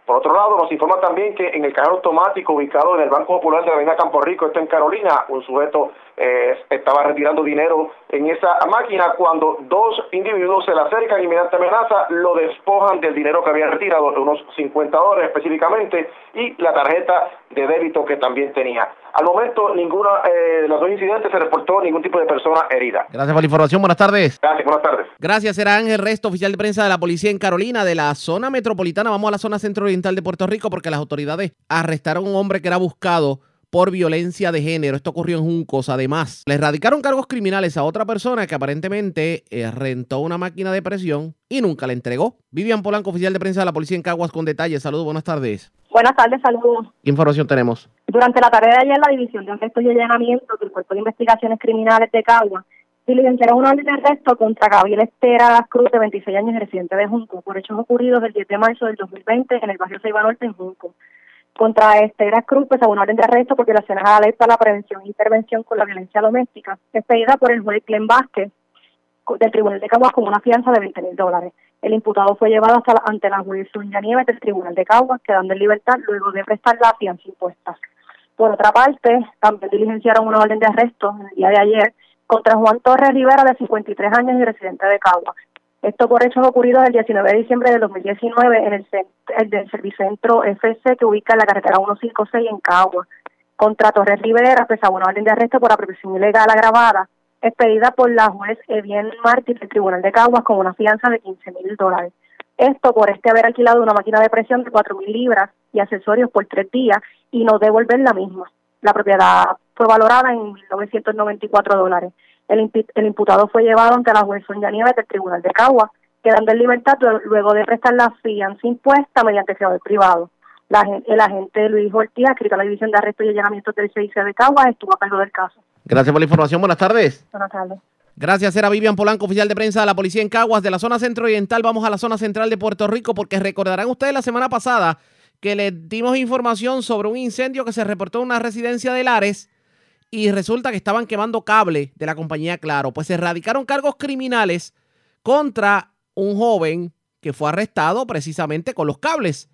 Por otro lado, nos informa también que en el cajero automático ubicado en el Banco Popular de la Avenida Campo Rico, esto en Carolina, un sujeto eh, estaba retirando dinero en esa máquina cuando dos individuos se le acercan y mediante amenaza lo despojan del dinero que había retirado, de unos cincuenta dólares específicamente, y la tarjeta de débito que también tenía. Al momento, ninguna eh, de los dos incidentes se reportó ningún tipo de persona herida.
Gracias por la información. Buenas tardes.
Gracias, buenas tardes.
Gracias, era Ángel Resto, oficial de prensa de la policía en Carolina, de la zona metropolitana. Vamos a la zona centro-oriental de Puerto Rico porque las autoridades arrestaron a un hombre que era buscado por violencia de género. Esto ocurrió en Juncos. Además, le erradicaron cargos criminales a otra persona que aparentemente eh, rentó una máquina de presión y nunca la entregó. Vivian Polanco, oficial de prensa de la policía en Caguas, con detalles. Saludos, buenas tardes.
Buenas tardes, saludos.
¿Qué información tenemos?
Durante la tarde de ayer, la División de Arrestos y Allanamientos del Cuerpo de Investigaciones Criminales de Caguas diligenciaron una orden de arresto contra Gabriel Estera Cruz, de veintiséis años y residente de Junco, por hechos ocurridos el diez de marzo del dos mil veinte en el barrio Ceiba Norte, en Junco. Contra Estera Cruz, pues, una orden de arresto por violaciones a la ley para la prevención e intervención con la violencia doméstica, expedida por el juez Glenn Vázquez del Tribunal de Caguas con una fianza de veinte mil dólares. El imputado fue llevado hasta la, ante la juez Sonia Nieves del Tribunal de Caguas, quedando en libertad luego de prestar la fianza impuesta. Por otra parte, también diligenciaron una orden de arresto el día de ayer contra Juan Torres Rivera, de cincuenta y tres años y residente de Caguas. Esto por hechos ocurridos el diecinueve de diciembre de dos mil diecinueve en el, el del Servicentro F C, que ubica en la carretera ciento cincuenta y seis en Caguas. Contra Torres Rivera pesaba una orden de arresto por apropiación ilegal agravada, expedida por la juez Evien Mártir del Tribunal de Caguas con una fianza de quince mil dólares. Esto por este haber alquilado una máquina de presión de cuatro mil libras y accesorios por tres días y no devolver la misma. La propiedad fue valorada en mil novecientos noventa y cuatro dólares. El, imp el imputado fue llevado ante la juez Sonia Nieves del Tribunal de Caguas, quedando en libertad luego de prestar la fianza impuesta mediante fiador privado. La, el agente Luis Ortiz, adscrito a la División de Arrestos y Allanamientos del C I C de Caguas, estuvo a cargo del caso.
Gracias por la información. Buenas tardes.
Buenas tardes.
Gracias, era Vivian Polanco, oficial de prensa de la policía en Caguas. De la zona centro-oriental vamos a la zona central de Puerto Rico, porque recordarán ustedes la semana pasada que les dimos información sobre un incendio que se reportó en una residencia de Lares y resulta que estaban quemando cable de la compañía Claro. Pues se erradicaron cargos criminales contra un joven que fue arrestado precisamente con los cables.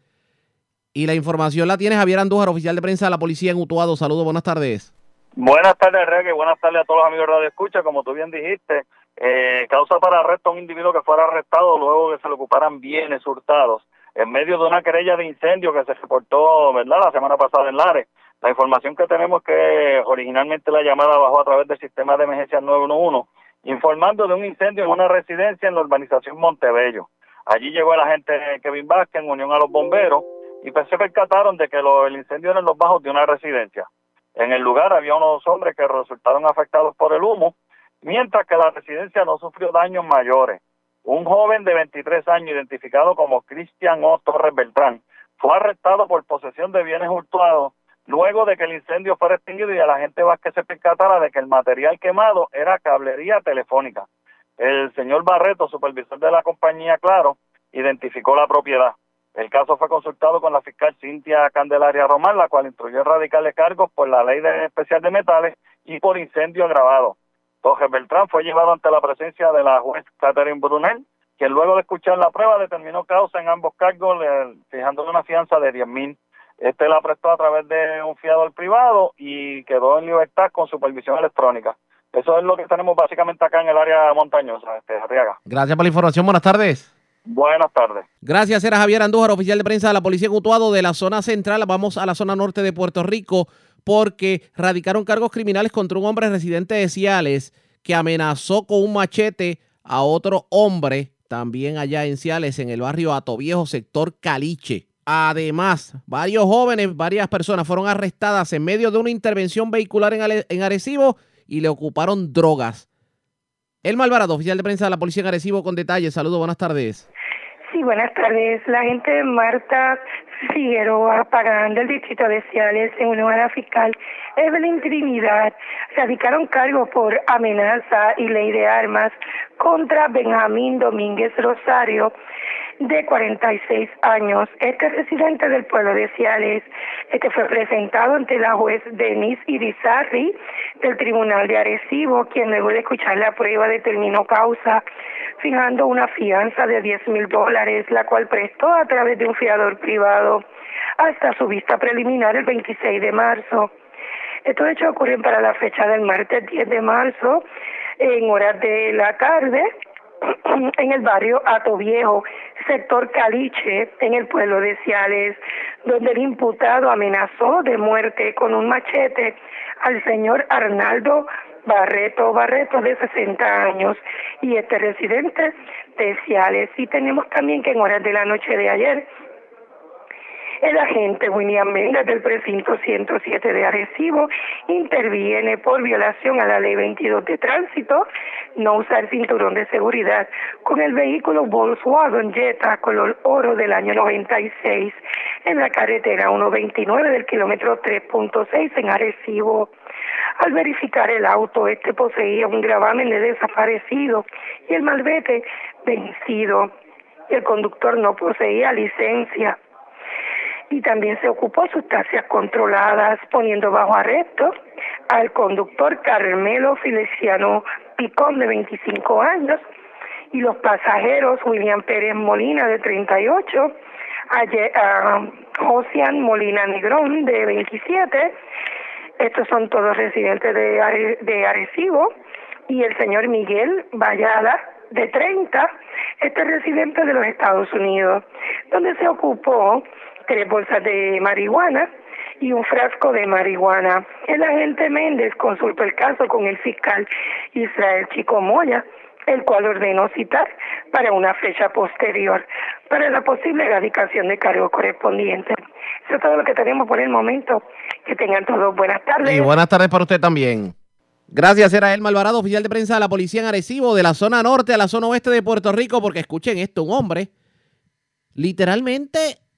Y la información la tiene Javier Andújar, oficial de prensa de la policía en Utuado. Saludos, buenas tardes.
Buenas tardes, Reggae. Buenas tardes a todos los amigos de Radio Escucha. Como tú bien dijiste, eh, causa para arresto a un individuo que fuera arrestado luego que se le ocuparan bienes hurtados en medio de una querella de incendio que se reportó, ¿verdad?, la semana pasada en Lares. La información que tenemos es que originalmente la llamada bajó a través del sistema de emergencia nueve uno uno, informando de un incendio en una residencia en la urbanización Montebello. Allí llegó el agente Kevin Vázquez en unión a los bomberos y pues se percataron de que lo, el incendio era en los bajos de una residencia. En el lugar había unos hombres que resultaron afectados por el humo, mientras que la residencia no sufrió daños mayores. Un joven de veintitrés años, identificado como Cristian O. Torres Beltrán, fue arrestado por posesión de bienes hurtados luego de que el incendio fuera extinguido y el agente Vázquez se percatara de que el material quemado era cablería telefónica. El señor Barreto, supervisor de la compañía Claro, identificó la propiedad. El caso fue consultado con la fiscal Cintia Candelaria Román, la cual instruyó erradicarle cargos por la ley de especial de metales y por incendio agravado. Torres Beltrán fue llevado ante la presencia de la juez Catherine Brunel, quien luego de escuchar la prueba determinó causa en ambos cargos, le, fijándole una fianza de diez mil. Este la prestó a través de un fiador privado y quedó en libertad con supervisión electrónica. Eso es lo que tenemos básicamente acá en el área montañosa, este, Arriaga.
Gracias por la información. Buenas tardes.
Buenas tardes.
Gracias, era Javier Andújar, oficial de prensa de la policía en Utuado. De la zona central vamos a la zona norte de Puerto Rico porque radicaron cargos criminales contra un hombre residente de Ciales que amenazó con un machete a otro hombre también allá en Ciales, en el barrio Atoviejo, sector Caliche. Además, varios jóvenes, varias personas fueron arrestadas en medio de una intervención vehicular en, Ale en Arecibo y le ocuparon drogas. Elma Alvarado, oficial de prensa de la policía en Arecibo, con detalles. Saludos, buenas tardes.
Sí, buenas tardes. La agente Marta Figueroa Pagán del distrito de Ciales, en unión a la fiscal Evelyn Trinidad, radicaron cargos por amenaza y ley de armas contra Benjamín Domínguez Rosario, de cuarenta y seis años. Este residente del pueblo de Ciales, este fue presentado ante la juez Denise Irizarry del Tribunal de Arecibo, quien luego de escuchar la prueba determinó causa fijando una fianza de diez mil dólares, la cual prestó a través de un fiador privado hasta su vista preliminar el veintiséis de marzo. Estos hechos ocurren para la fecha del martes diez de marzo, en horas de la tarde, en el barrio Atoviejo, sector Caliche, en el pueblo de Ciales, donde el imputado amenazó de muerte con un machete al señor Arnaldo Barreto, Barreto de sesenta años, y este residente de Ciales. Y tenemos también que en horas de la noche de ayer, el agente William Méndez del precinto ciento siete de Arecibo interviene por violación a la ley veintidós de tránsito, no usar cinturón de seguridad, con el vehículo Volkswagen Jetta color oro del año noventa y seis en la carretera ciento veintinueve del kilómetro tres punto seis en Arecibo. Al verificar el auto, este poseía un gravamen de desaparecido y el malvete vencido. El conductor no poseía licencia. Y también se ocupó sustancias controladas, poniendo bajo arresto al conductor Carmelo Feliciano Picón, de veinticinco años, y los pasajeros William Pérez Molina, de treinta y ocho, a, a Josian Molina Negrón, de veintisiete, estos son todos residentes de, Are, de Arecibo, y el señor Miguel Vallada, de treinta, este residente de los Estados Unidos, donde se ocupó tres bolsas de marihuana y un frasco de marihuana. El agente Méndez consultó el caso con el fiscal Israel Chico Moya, el cual ordenó citar para una fecha posterior para la posible erradicación de cargos correspondientes. Eso es todo lo que tenemos por el momento. Que tengan todos buenas tardes.
Y buenas tardes para usted también. Gracias, era Elma Alvarado, oficial de prensa de la policía en Arecibo, de la zona norte a la zona oeste de Puerto Rico, porque escuchen esto, un hombre literalmente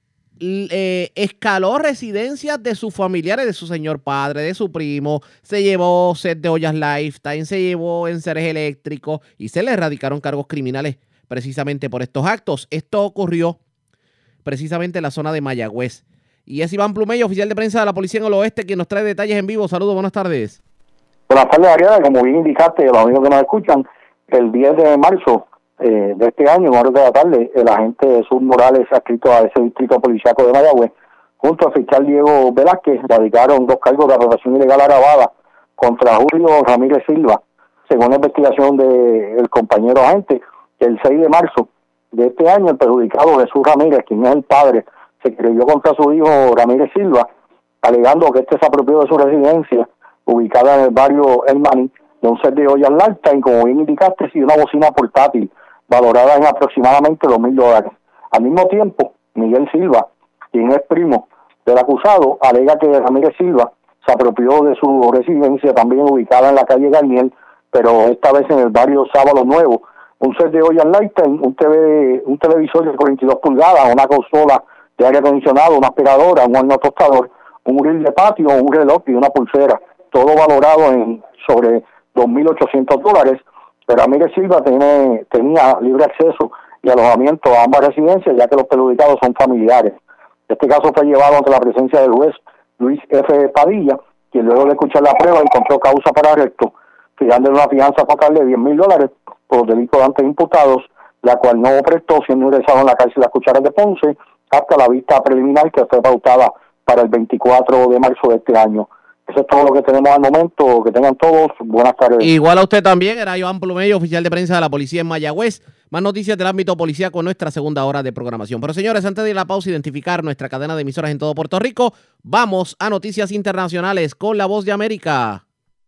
Eh, escaló residencias de sus familiares, de su señor padre, de su primo, se llevó set de ollas Lifetime, se llevó enseres eléctricos y se le erradicaron cargos criminales precisamente por estos actos. Esto ocurrió precisamente en la zona de Mayagüez. Y es Iván Plumeyo, oficial de prensa de la policía en el oeste, quien nos trae detalles en vivo. Saludos, buenas tardes.
Buenas tardes, Ariana. Como bien indicaste, los amigos que nos escuchan, el diez de marzo Eh, de este año, en horas de la tarde, el agente Jesús Morales, adscrito a ese distrito policiaco de Mayagüez, junto al fiscal Diego Velázquez, radicaron dos cargos de asociación ilegal agravada contra Julio Ramírez Silva, según la investigación del compañero agente. El seis de marzo de este año, el perjudicado Jesús Ramírez, quien es el padre, se creyó contra su hijo Ramírez Silva, alegando que este se apropió de su residencia, ubicada en el barrio El Maní, de un set de ollas Lifetime, como bien indicaste, y una bocina portátil, valorada en aproximadamente dos mil dólares. Al mismo tiempo, Miguel Silva, quien es primo del acusado, alega que Ramírez Silva se apropió de su residencia, también ubicada en la calle Garnier, pero esta vez en el barrio Sábalo Nuevo, un set de ollas Lifetime, un, T V, un televisor de cuarenta y dos pulgadas, una consola de aire acondicionado, una aspiradora, un horno tostador, un grill de patio, un reloj y una pulsera, todo valorado en sobre dos mil ochocientos dólares. Pero Ramírez Silva tiene, tenía libre acceso y alojamiento a ambas residencias, ya que los perjudicados son familiares. Este caso fue llevado ante la presencia del juez Luis F. Padilla, quien luego de escuchar la prueba encontró causa para arresto, fijándole una fianza total de diez mil dólares por los delitos antes imputados, la cual no prestó, siendo ingresado en la cárcel Las Cucharas de Ponce hasta la vista preliminar que fue pautada para el veinticuatro de marzo de este año. Eso es todo lo que tenemos al momento. Que tengan todos buenas tardes.
Igual a usted también, era Iván Plumeyo, oficial de prensa de la policía en Mayagüez. Más noticias del ámbito policial con nuestra segunda hora de programación. Pero señores, antes de ir a la pausa, identificar nuestra cadena de emisoras en todo Puerto Rico, vamos a noticias internacionales con La Voz de América.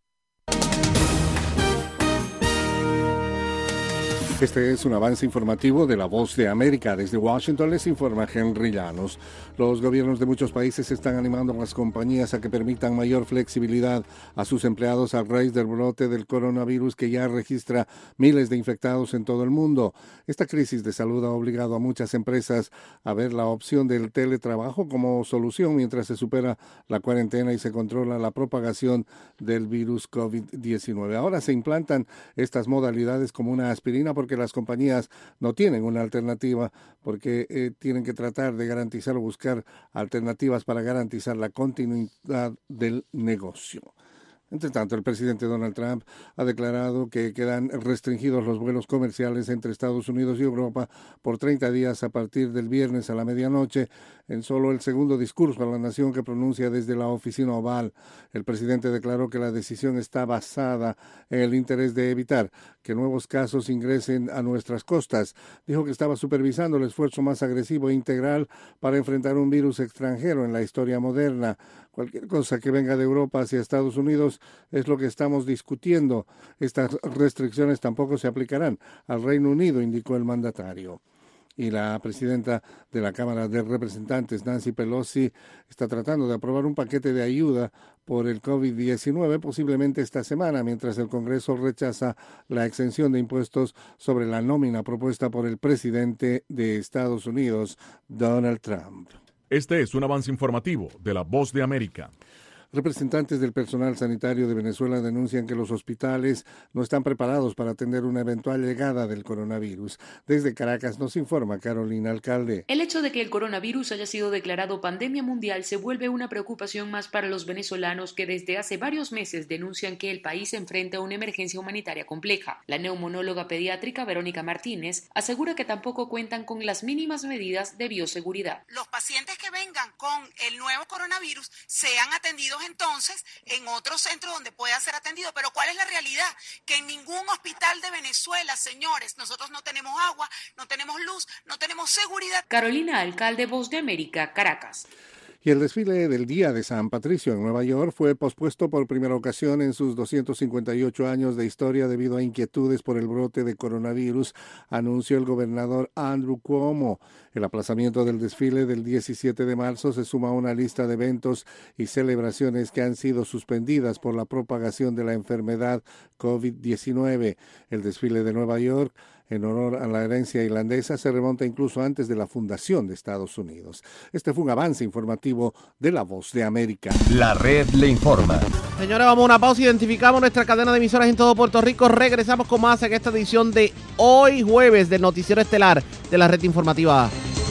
Este es un avance informativo de La Voz de América. Desde Washington les informa Henry Llanos. Los gobiernos de muchos países están animando a las compañías a que permitan mayor flexibilidad a sus empleados a raíz del brote del coronavirus que ya registra miles de infectados en todo el mundo. Esta crisis de salud ha obligado a muchas empresas a ver la opción del teletrabajo como solución mientras se supera la cuarentena y se controla la propagación del virus COVID diecinueve. Ahora se implantan estas modalidades como una aspirina porque las compañías no tienen una alternativa, porque eh, tienen que tratar de garantizar o buscar alternativas para garantizar la continuidad del negocio. Entre tanto, el presidente Donald Trump ha declarado que quedan restringidos los vuelos comerciales entre Estados Unidos y Europa por treinta días a partir del viernes a la medianoche, en solo el segundo discurso a la nación que pronuncia desde la oficina oval. El presidente declaró que la decisión está basada en el interés de evitar que nuevos casos ingresen a nuestras costas. Dijo que estaba supervisando el esfuerzo más agresivo e integral para enfrentar un virus extranjero en la historia moderna. Cualquier cosa que venga de Europa hacia Estados Unidos es lo que estamos discutiendo. Estas restricciones tampoco se aplicarán al Reino Unido, indicó el mandatario. Y la presidenta de la Cámara de Representantes, Nancy Pelosi, está tratando de aprobar un paquete de ayuda por el COVID diecinueve posiblemente esta semana, mientras el Congreso rechaza la exención de impuestos sobre la nómina propuesta por el presidente de Estados Unidos, Donald Trump.
Este es un avance informativo de La Voz de América.
Representantes del personal sanitario de Venezuela denuncian que los hospitales no están preparados para atender una eventual llegada del coronavirus. Desde Caracas nos informa Carolina Alcalde.
El hecho de que el coronavirus haya sido declarado pandemia mundial se vuelve una preocupación más para los venezolanos que desde hace varios meses denuncian que el país enfrenta una emergencia humanitaria compleja. La neumonóloga pediátrica Verónica Martínez asegura que tampoco cuentan con las mínimas medidas de bioseguridad.
Los pacientes que vengan con el nuevo coronavirus sean atendidos entonces en otro centro donde pueda ser atendido. Pero ¿cuál es la realidad? Que en ningún hospital de Venezuela, señores, nosotros no tenemos agua, no tenemos luz, no tenemos seguridad.
Carolina Alcalde, Voz de América, Caracas.
Y el desfile del Día de San Patricio en Nueva York fue pospuesto por primera ocasión en sus doscientos cincuenta y ocho años de historia debido a inquietudes por el brote de coronavirus, anunció el gobernador Andrew Cuomo. El aplazamiento del desfile del diecisiete de marzo se suma a una lista de eventos y celebraciones que han sido suspendidas por la propagación de la enfermedad COVID diecinueve. El desfile de Nueva York, en honor a la herencia irlandesa, se remonta incluso antes de la fundación de Estados Unidos. Este fue un avance informativo de La Voz de América.
La red le informa.
Señores, vamos a una pausa. Identificamos nuestra cadena de emisoras en todo Puerto Rico. Regresamos con más en esta edición de hoy jueves del Noticiero Estelar de la Red Informativa.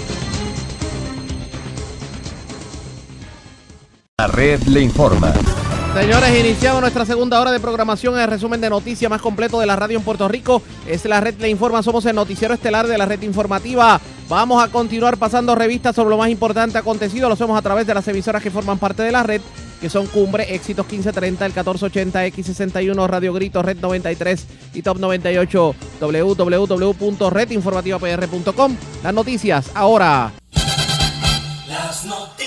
La red le informa.
Señores, iniciamos nuestra segunda hora de programación. El resumen de noticias más completo de la radio en Puerto Rico es La Red Le Informa. Somos el noticiero estelar de la Red Informativa. Vamos a continuar pasando revistas sobre lo más importante acontecido. Lo hacemos a través de las emisoras que forman parte de la red, que son Cumbre, Éxitos quince treinta, el catorce ochenta, X sesenta y uno, Radio Grito, Red noventa y tres y Top noventa y ocho, w w w punto red informativa p r punto com. Las noticias ahora.
Las noticias.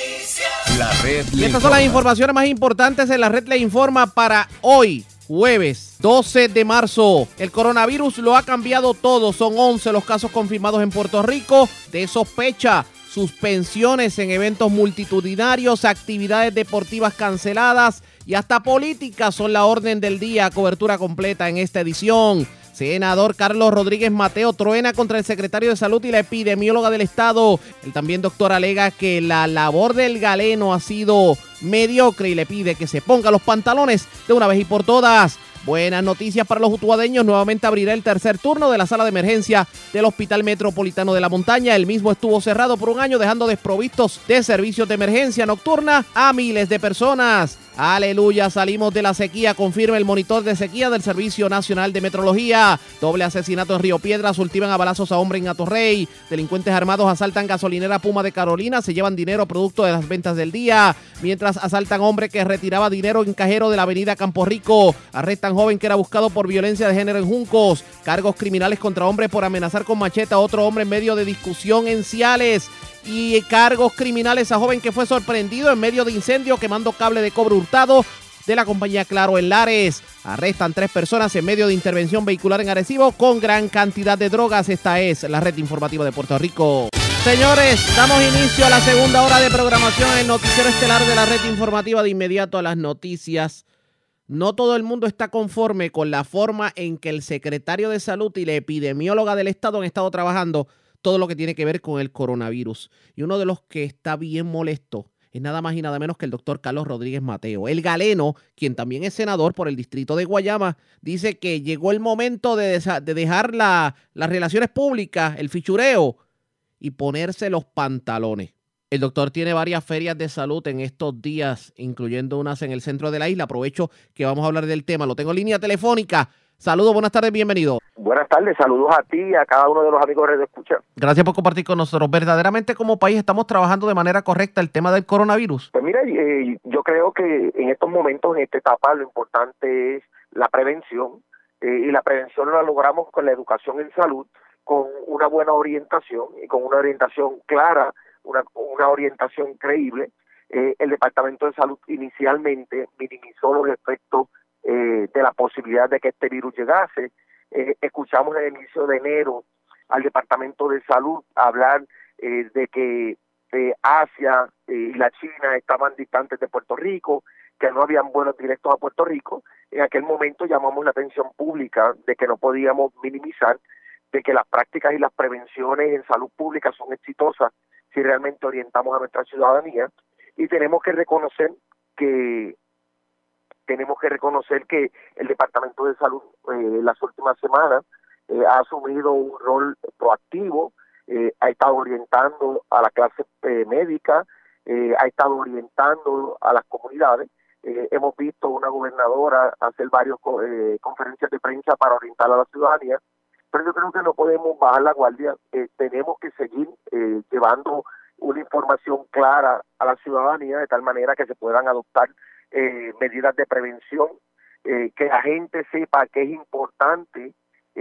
La red
Y
le
estas son
informa.
las informaciones más importantes en La Red Le Informa para hoy, jueves doce de marzo. El coronavirus lo ha cambiado todo. Son once los casos confirmados en Puerto Rico de sospecha. Suspensiones en eventos multitudinarios, actividades deportivas canceladas y hasta políticas son la orden del día. Cobertura completa en esta edición. Senador Carlos Rodríguez Mateo truena contra el secretario de Salud y la epidemióloga del Estado. El también doctor alega que la labor del galeno ha sido mediocre y le pide que se ponga los pantalones de una vez y por todas. Buenas noticias para los utuadeños. Nuevamente abrirá el tercer turno de la sala de emergencia del Hospital Metropolitano de la Montaña. El mismo estuvo cerrado por un año, dejando desprovistos de servicios de emergencia nocturna a miles de personas. Aleluya, salimos de la sequía, confirma el monitor de sequía del Servicio Nacional de Metrología. Doble asesinato en Río Piedras, ultiman a balazos a hombre en Atorrey. Delincuentes armados asaltan gasolinera Puma de Carolina, se llevan dinero producto de las ventas del día. Mientras asaltan hombre que retiraba dinero en cajero de la avenida Campo Rico. Arrestan joven que era buscado por violencia de género en Juncos. Cargos criminales contra hombre por amenazar con machete a otro hombre en medio de discusión en Ciales. Y cargos criminales a joven que fue sorprendido en medio de incendio quemando cable de cobre hurtado de la compañía Claro en Lares. Arrestan tres personas en medio de intervención vehicular en Arecibo con gran cantidad de drogas. Esta es la Red Informativa de Puerto Rico. Señores, damos inicio a la segunda hora de programación en el noticiero estelar de la Red Informativa. De inmediato a las noticias. No todo el mundo está conforme con la forma en que el secretario de Salud y la epidemióloga del Estado han estado trabajando todo lo que tiene que ver con el coronavirus. Y uno de los que está bien molesto es nada más y nada menos que el doctor Carlos Rodríguez Mateo. El galeno, quien también es senador por el distrito de Guayama, dice que llegó el momento de, de dejar la, las relaciones públicas, el fichureo, y ponerse los pantalones. El doctor tiene varias ferias de salud en estos días, incluyendo unas en el centro de la isla. Aprovecho que vamos a hablar del tema. Lo tengo en línea telefónica. Saludos, buenas tardes, bienvenido.
Buenas tardes, saludos a ti y a cada uno de los amigos de Escucha.
Gracias por compartir con nosotros. ¿Verdaderamente como país estamos trabajando de manera correcta el tema del coronavirus?
Pues mira, eh, yo creo que en estos momentos, en esta etapa, lo importante es la prevención. Eh, y la prevención la logramos con la educación en salud, con una buena orientación y con una orientación clara, una, una orientación creíble. Eh, el Departamento de Salud inicialmente minimizó los efectos eh, de la posibilidad de que este virus llegase. Eh, escuchamos en el inicio de enero al Departamento de Salud hablar eh, de que eh, Asia eh, y la China estaban distantes de Puerto Rico, que no habían vuelos directos a Puerto Rico. En aquel momento llamamos la atención pública de que no podíamos minimizar, de que las prácticas y las prevenciones en salud pública son exitosas si realmente orientamos a nuestra ciudadanía, y tenemos que reconocer que tenemos que reconocer que el Departamento de Salud eh, las últimas semanas eh, ha asumido un rol proactivo, eh, ha estado orientando a la clase eh, médica, eh, ha estado orientando a las comunidades. Eh, hemos visto una gobernadora hacer varias eh, conferencias de prensa para orientar a la ciudadanía, pero yo creo que no podemos bajar la guardia. Eh, tenemos que seguir eh, llevando una información clara a la ciudadanía de tal manera que se puedan adoptar eh, medidas de prevención, eh, que la gente sepa que es importante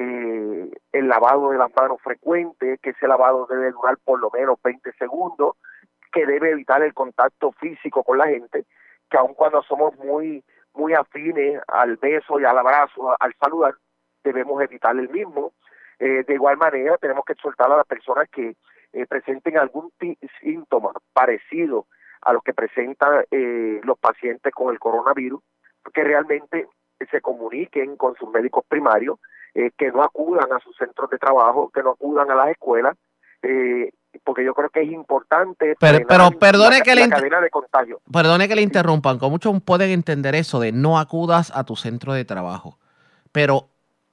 eh, el lavado de las manos frecuente, que ese lavado debe durar por lo menos veinte segundos, que debe evitar el contacto físico con la gente, que aun cuando somos muy muy afines al beso y al abrazo, al saludar, debemos evitar el mismo. Eh, de igual manera, tenemos que exhortar a las personas que eh, presenten algún síntoma parecido a los que presentan eh, los pacientes con el coronavirus, que realmente se comuniquen con sus médicos primarios, eh, que no acudan a sus centros de trabajo, que no acudan a las escuelas, eh, porque yo creo que es importante
pero, pero perdone
la,
que
la
le
cadena de contagio.
Perdone que le interrumpan, como muchos pueden entender eso de no acudas a tu centro de trabajo, pero,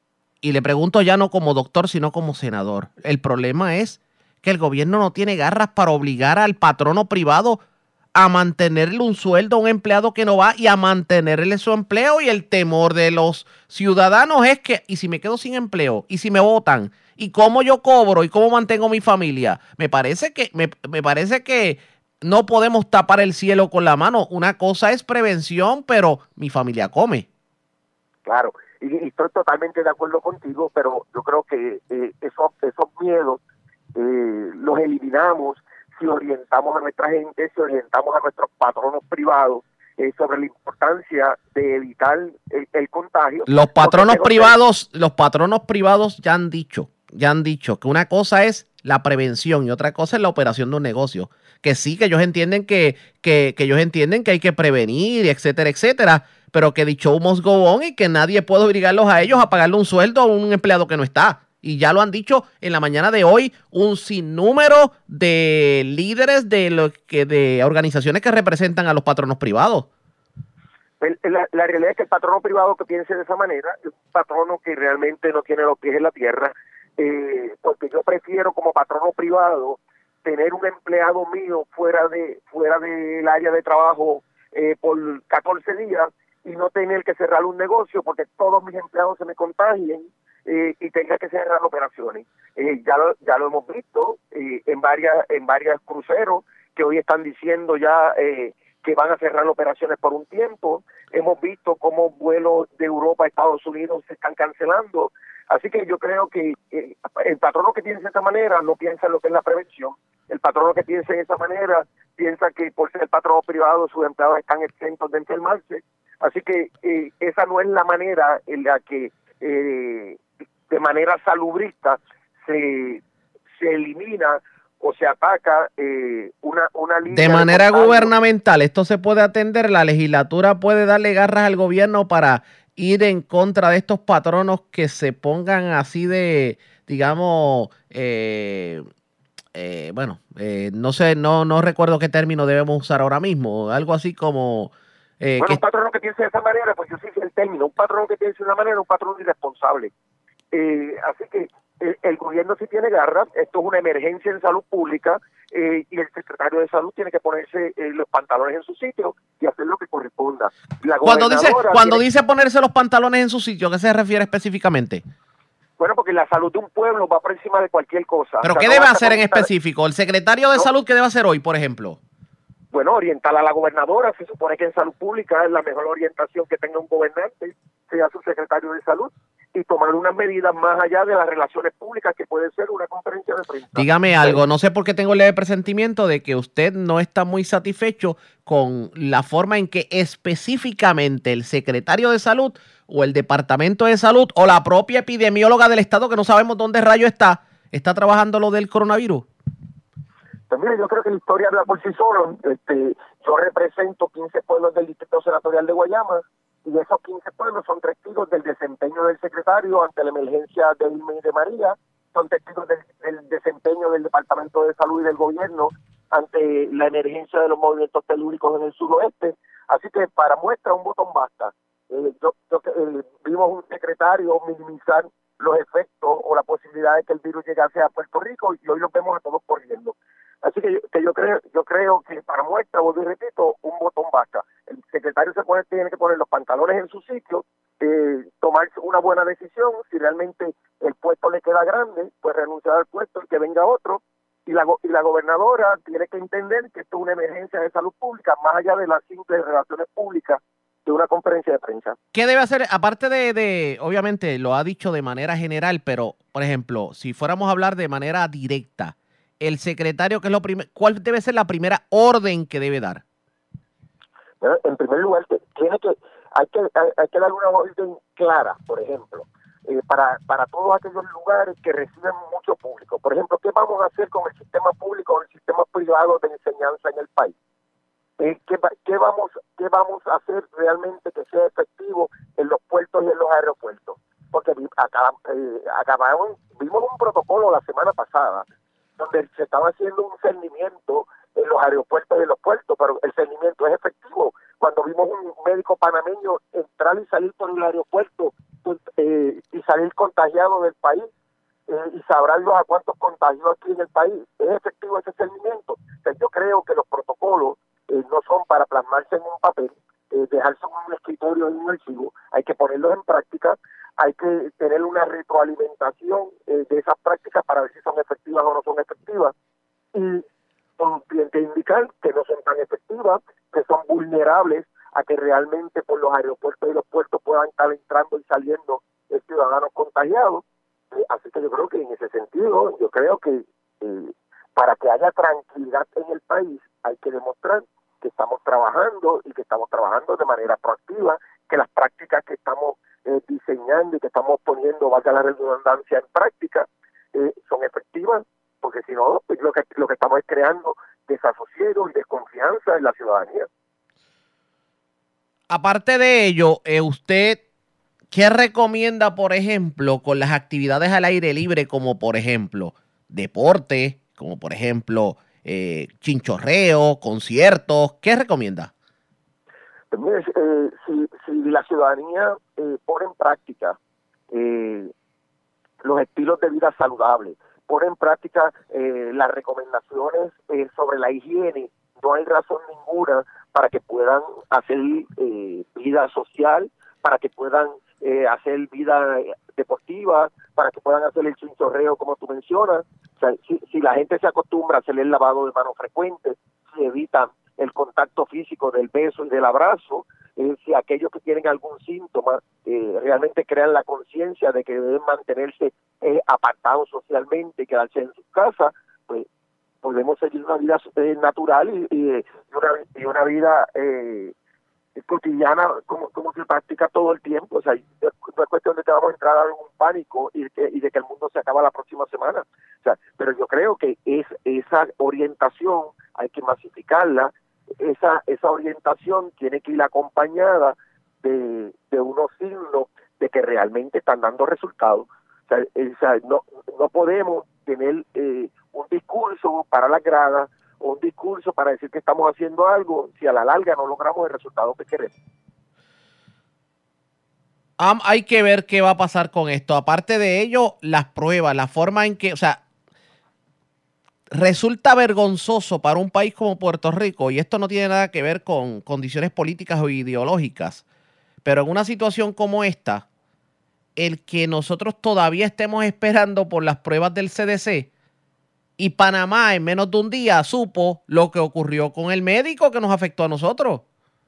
y le pregunto ya no como doctor, sino como senador, el problema es que el gobierno no tiene garras para obligar al patrono privado a mantenerle un sueldo a un empleado que no va y a mantenerle su empleo, y el temor de los ciudadanos es que, ¿y si me quedo sin empleo? ¿Y si me votan? ¿Y cómo yo cobro? ¿Y cómo mantengo mi familia? Me parece que, me, me parece que no podemos tapar el cielo con la mano. Una cosa es prevención, pero mi familia come.
Claro, y, y estoy totalmente de acuerdo contigo, pero yo creo que eh, esos, esos miedos eh, los eliminamos si orientamos a nuestra gente, si orientamos a nuestros patronos privados eh, sobre la importancia de evitar el, el contagio.
Los patronos privados, los patronos privados ya han dicho, ya han dicho que una cosa es la prevención y otra cosa es la operación de un negocio. Que sí, que ellos entienden que, que, que ellos entienden que hay que prevenir, etcétera, etcétera, pero que dicho must go on y que nadie puede obligarlos a ellos a pagarle un sueldo a un empleado que no está. Y ya lo han dicho en la mañana de hoy un sinnúmero de líderes de lo que de organizaciones que representan a los patronos privados.
La, la realidad es que el patrono privado que piense de esa manera es un patrono que realmente no tiene los pies en la tierra, eh, porque yo prefiero como patrono privado tener un empleado mío fuera de fuera del área de trabajo eh, por catorce días y no tener que cerrar un negocio porque todos mis empleados se me contagien. Eh, y tenga que cerrar operaciones. Eh, ya lo ya lo hemos visto eh, en varias en varias cruceros que hoy están diciendo ya eh, que van a cerrar operaciones por un tiempo. Hemos visto cómo vuelos de Europa a Estados Unidos se están cancelando. Así que yo creo que eh, el patrono que piensa de esta manera no piensa en lo que es la prevención. El patrono que piensa de esa manera piensa que por ser patrono privado sus empleados están exentos de enfermarse. Así que eh, esa no es la manera en la que eh, de manera salubrista se, se elimina o se ataca eh, una, una línea
de manera
de
gubernamental. Esto se puede atender, la legislatura puede darle garras al gobierno para ir en contra de estos patronos que se pongan así de, digamos, eh, eh, bueno, eh, no sé, no, no recuerdo qué término debemos usar ahora mismo, algo así como...
Eh, bueno, que... un patrón que piense de esa manera, pues yo sí sé el término, un patrón que piense de una manera, un patrón irresponsable. Eh, así que el, el gobierno sí tiene garras, esto es una emergencia en salud pública, eh, y el secretario de Salud tiene que ponerse eh, los pantalones en su sitio y hacer lo que corresponda. La
Cuando dice cuando
tiene,
dice ponerse los pantalones en su sitio, ¿a qué se refiere específicamente?
Bueno, porque la salud de un pueblo va por encima de cualquier cosa.
¿Pero
o sea,
qué
no
debe
basta
hacer
con
en
estar-
específico? ¿El secretario de
No.
Salud qué debe hacer hoy, por ejemplo?
Bueno, orientar a la gobernadora, se supone que en salud pública es la mejor orientación que tenga un gobernante, sea su secretario de salud, y tomar unas medidas más allá de las relaciones públicas, que puede ser una conferencia de prensa.
Dígame algo, no sé por qué tengo el leve presentimiento de que usted no está muy satisfecho con la forma en que específicamente el secretario de Salud o el Departamento de Salud o la propia epidemióloga del Estado, que no sabemos dónde rayo está, está trabajando lo del coronavirus.
Pues mire, yo creo que la historia habla por sí solo. Este, yo represento quince pueblos del Distrito Senatorial de Guayama, y esos quince pueblos son testigos del desempeño del secretario ante la emergencia de Irma y de María, son testigos del, del desempeño del Departamento de Salud y del gobierno ante la emergencia de los movimientos telúricos en el suroeste. Así que para muestra un botón basta. Eh, yo, yo, eh, vimos un secretario minimizar los efectos o la posibilidad de que el virus llegase a Puerto Rico, y hoy los vemos a todos corriendo. Así que yo, que yo creo yo creo que para muestra, vuelvo y repito, un botón basta. El secretario se pone, tiene que poner los pantalones en su sitio, eh, tomar una buena decisión. Si realmente el puesto le queda grande, pues renunciar al puesto y que venga otro. Y la, go- y la gobernadora tiene que entender que esto es una emergencia de salud pública, más allá de las simples relaciones públicas de una conferencia de prensa.
¿Qué debe hacer? Aparte de, de, obviamente lo ha dicho de manera general, pero, por ejemplo, si fuéramos a hablar de manera directa, el secretario, ¿qué es lo primer, ¿cuál debe ser la primera orden que debe dar?
Bueno, en primer lugar, que- tiene que hay que hay, hay que dar una orden clara, por ejemplo, eh, para para todos aquellos lugares que reciben mucho público. Por ejemplo, ¿qué vamos a hacer con el sistema público o el sistema privado de enseñanza en el país? Eh, ¿qué, va- qué vamos qué vamos a hacer realmente que sea efectivo en los puertos y en los aeropuertos? Porque vi- acá, eh, acabamos, vimos un protocolo la semana pasada donde se estaba haciendo un cernimiento en los aeropuertos y en los puertos, pero el cernimiento es efectivo. Cuando vimos un médico panameño entrar y salir por el aeropuerto eh, y salir contagiado del país, eh, y sabrán los a cuántos contagios aquí en el país, es efectivo ese cernimiento. Entonces, yo creo que los protocolos eh, no son para plasmarse en un papel, eh, dejarse en un escritorio, en un archivo. Hay que ponerlos en práctica, hay que tener una retroalimentación eh, de esas prácticas para ver si son efectivas o no son efectivas, y con que indicar que no son tan efectivas, que son vulnerables a que realmente por los aeropuertos y los puertos puedan estar entrando y saliendo eh, ciudadanos contagiados. Eh, así que yo creo que en ese sentido, yo creo que eh, para que haya tranquilidad en el país hay que demostrar que estamos trabajando y que estamos trabajando de manera proactiva, que las prácticas que estamos eh, diseñando y que estamos poniendo, valga la redundancia, en práctica, eh, son efectivas, porque si no, pues lo que lo que estamos es creando desasosiego y desconfianza en la ciudadanía.
Aparte de ello, eh, usted, ¿qué recomienda, por ejemplo, con las actividades al aire libre, como por ejemplo deporte, como por ejemplo eh, chinchorreo, conciertos? ¿Qué recomienda?
Pues mire, eh, si, si la ciudadanía eh, pone en práctica eh, los estilos de vida saludables, pone en práctica eh, las recomendaciones eh, sobre la higiene, no hay razón ninguna para que puedan hacer eh, vida social, para que puedan eh, hacer vida deportiva, para que puedan hacer el chinchorreo como tú mencionas. O sea, si, si la gente se acostumbra a hacer el lavado de manos frecuente, si evitan el contacto físico del beso y del abrazo, eh, si aquellos que tienen algún síntoma eh, realmente crean la conciencia de que deben mantenerse eh, apartados socialmente y quedarse en sus casas, pues podemos seguir una vida eh, natural y, y, y, una, y una vida eh, cotidiana como, como se practica todo el tiempo. O sea, no es cuestión de que vamos a entrar en un pánico y, que, y de que el mundo se acaba la próxima semana. O sea, pero yo creo que es esa orientación hay que masificarla. Esa esa orientación tiene que ir acompañada de, de unos signos de que realmente están dando resultados. O sea, eh, o sea no, no podemos tener eh, un discurso para las gradas o un discurso para decir que estamos haciendo algo si a la larga no logramos el resultado que queremos.
Um, hay que ver qué va a pasar con esto. Aparte de ello, las pruebas, la forma en que, o sea, resulta vergonzoso para un país como Puerto Rico, y esto no tiene nada que ver con condiciones políticas o ideológicas, pero en una situación como esta, el que nosotros todavía estemos esperando por las pruebas del C D C y Panamá en menos de un día supo lo que ocurrió con el médico que nos afectó a nosotros.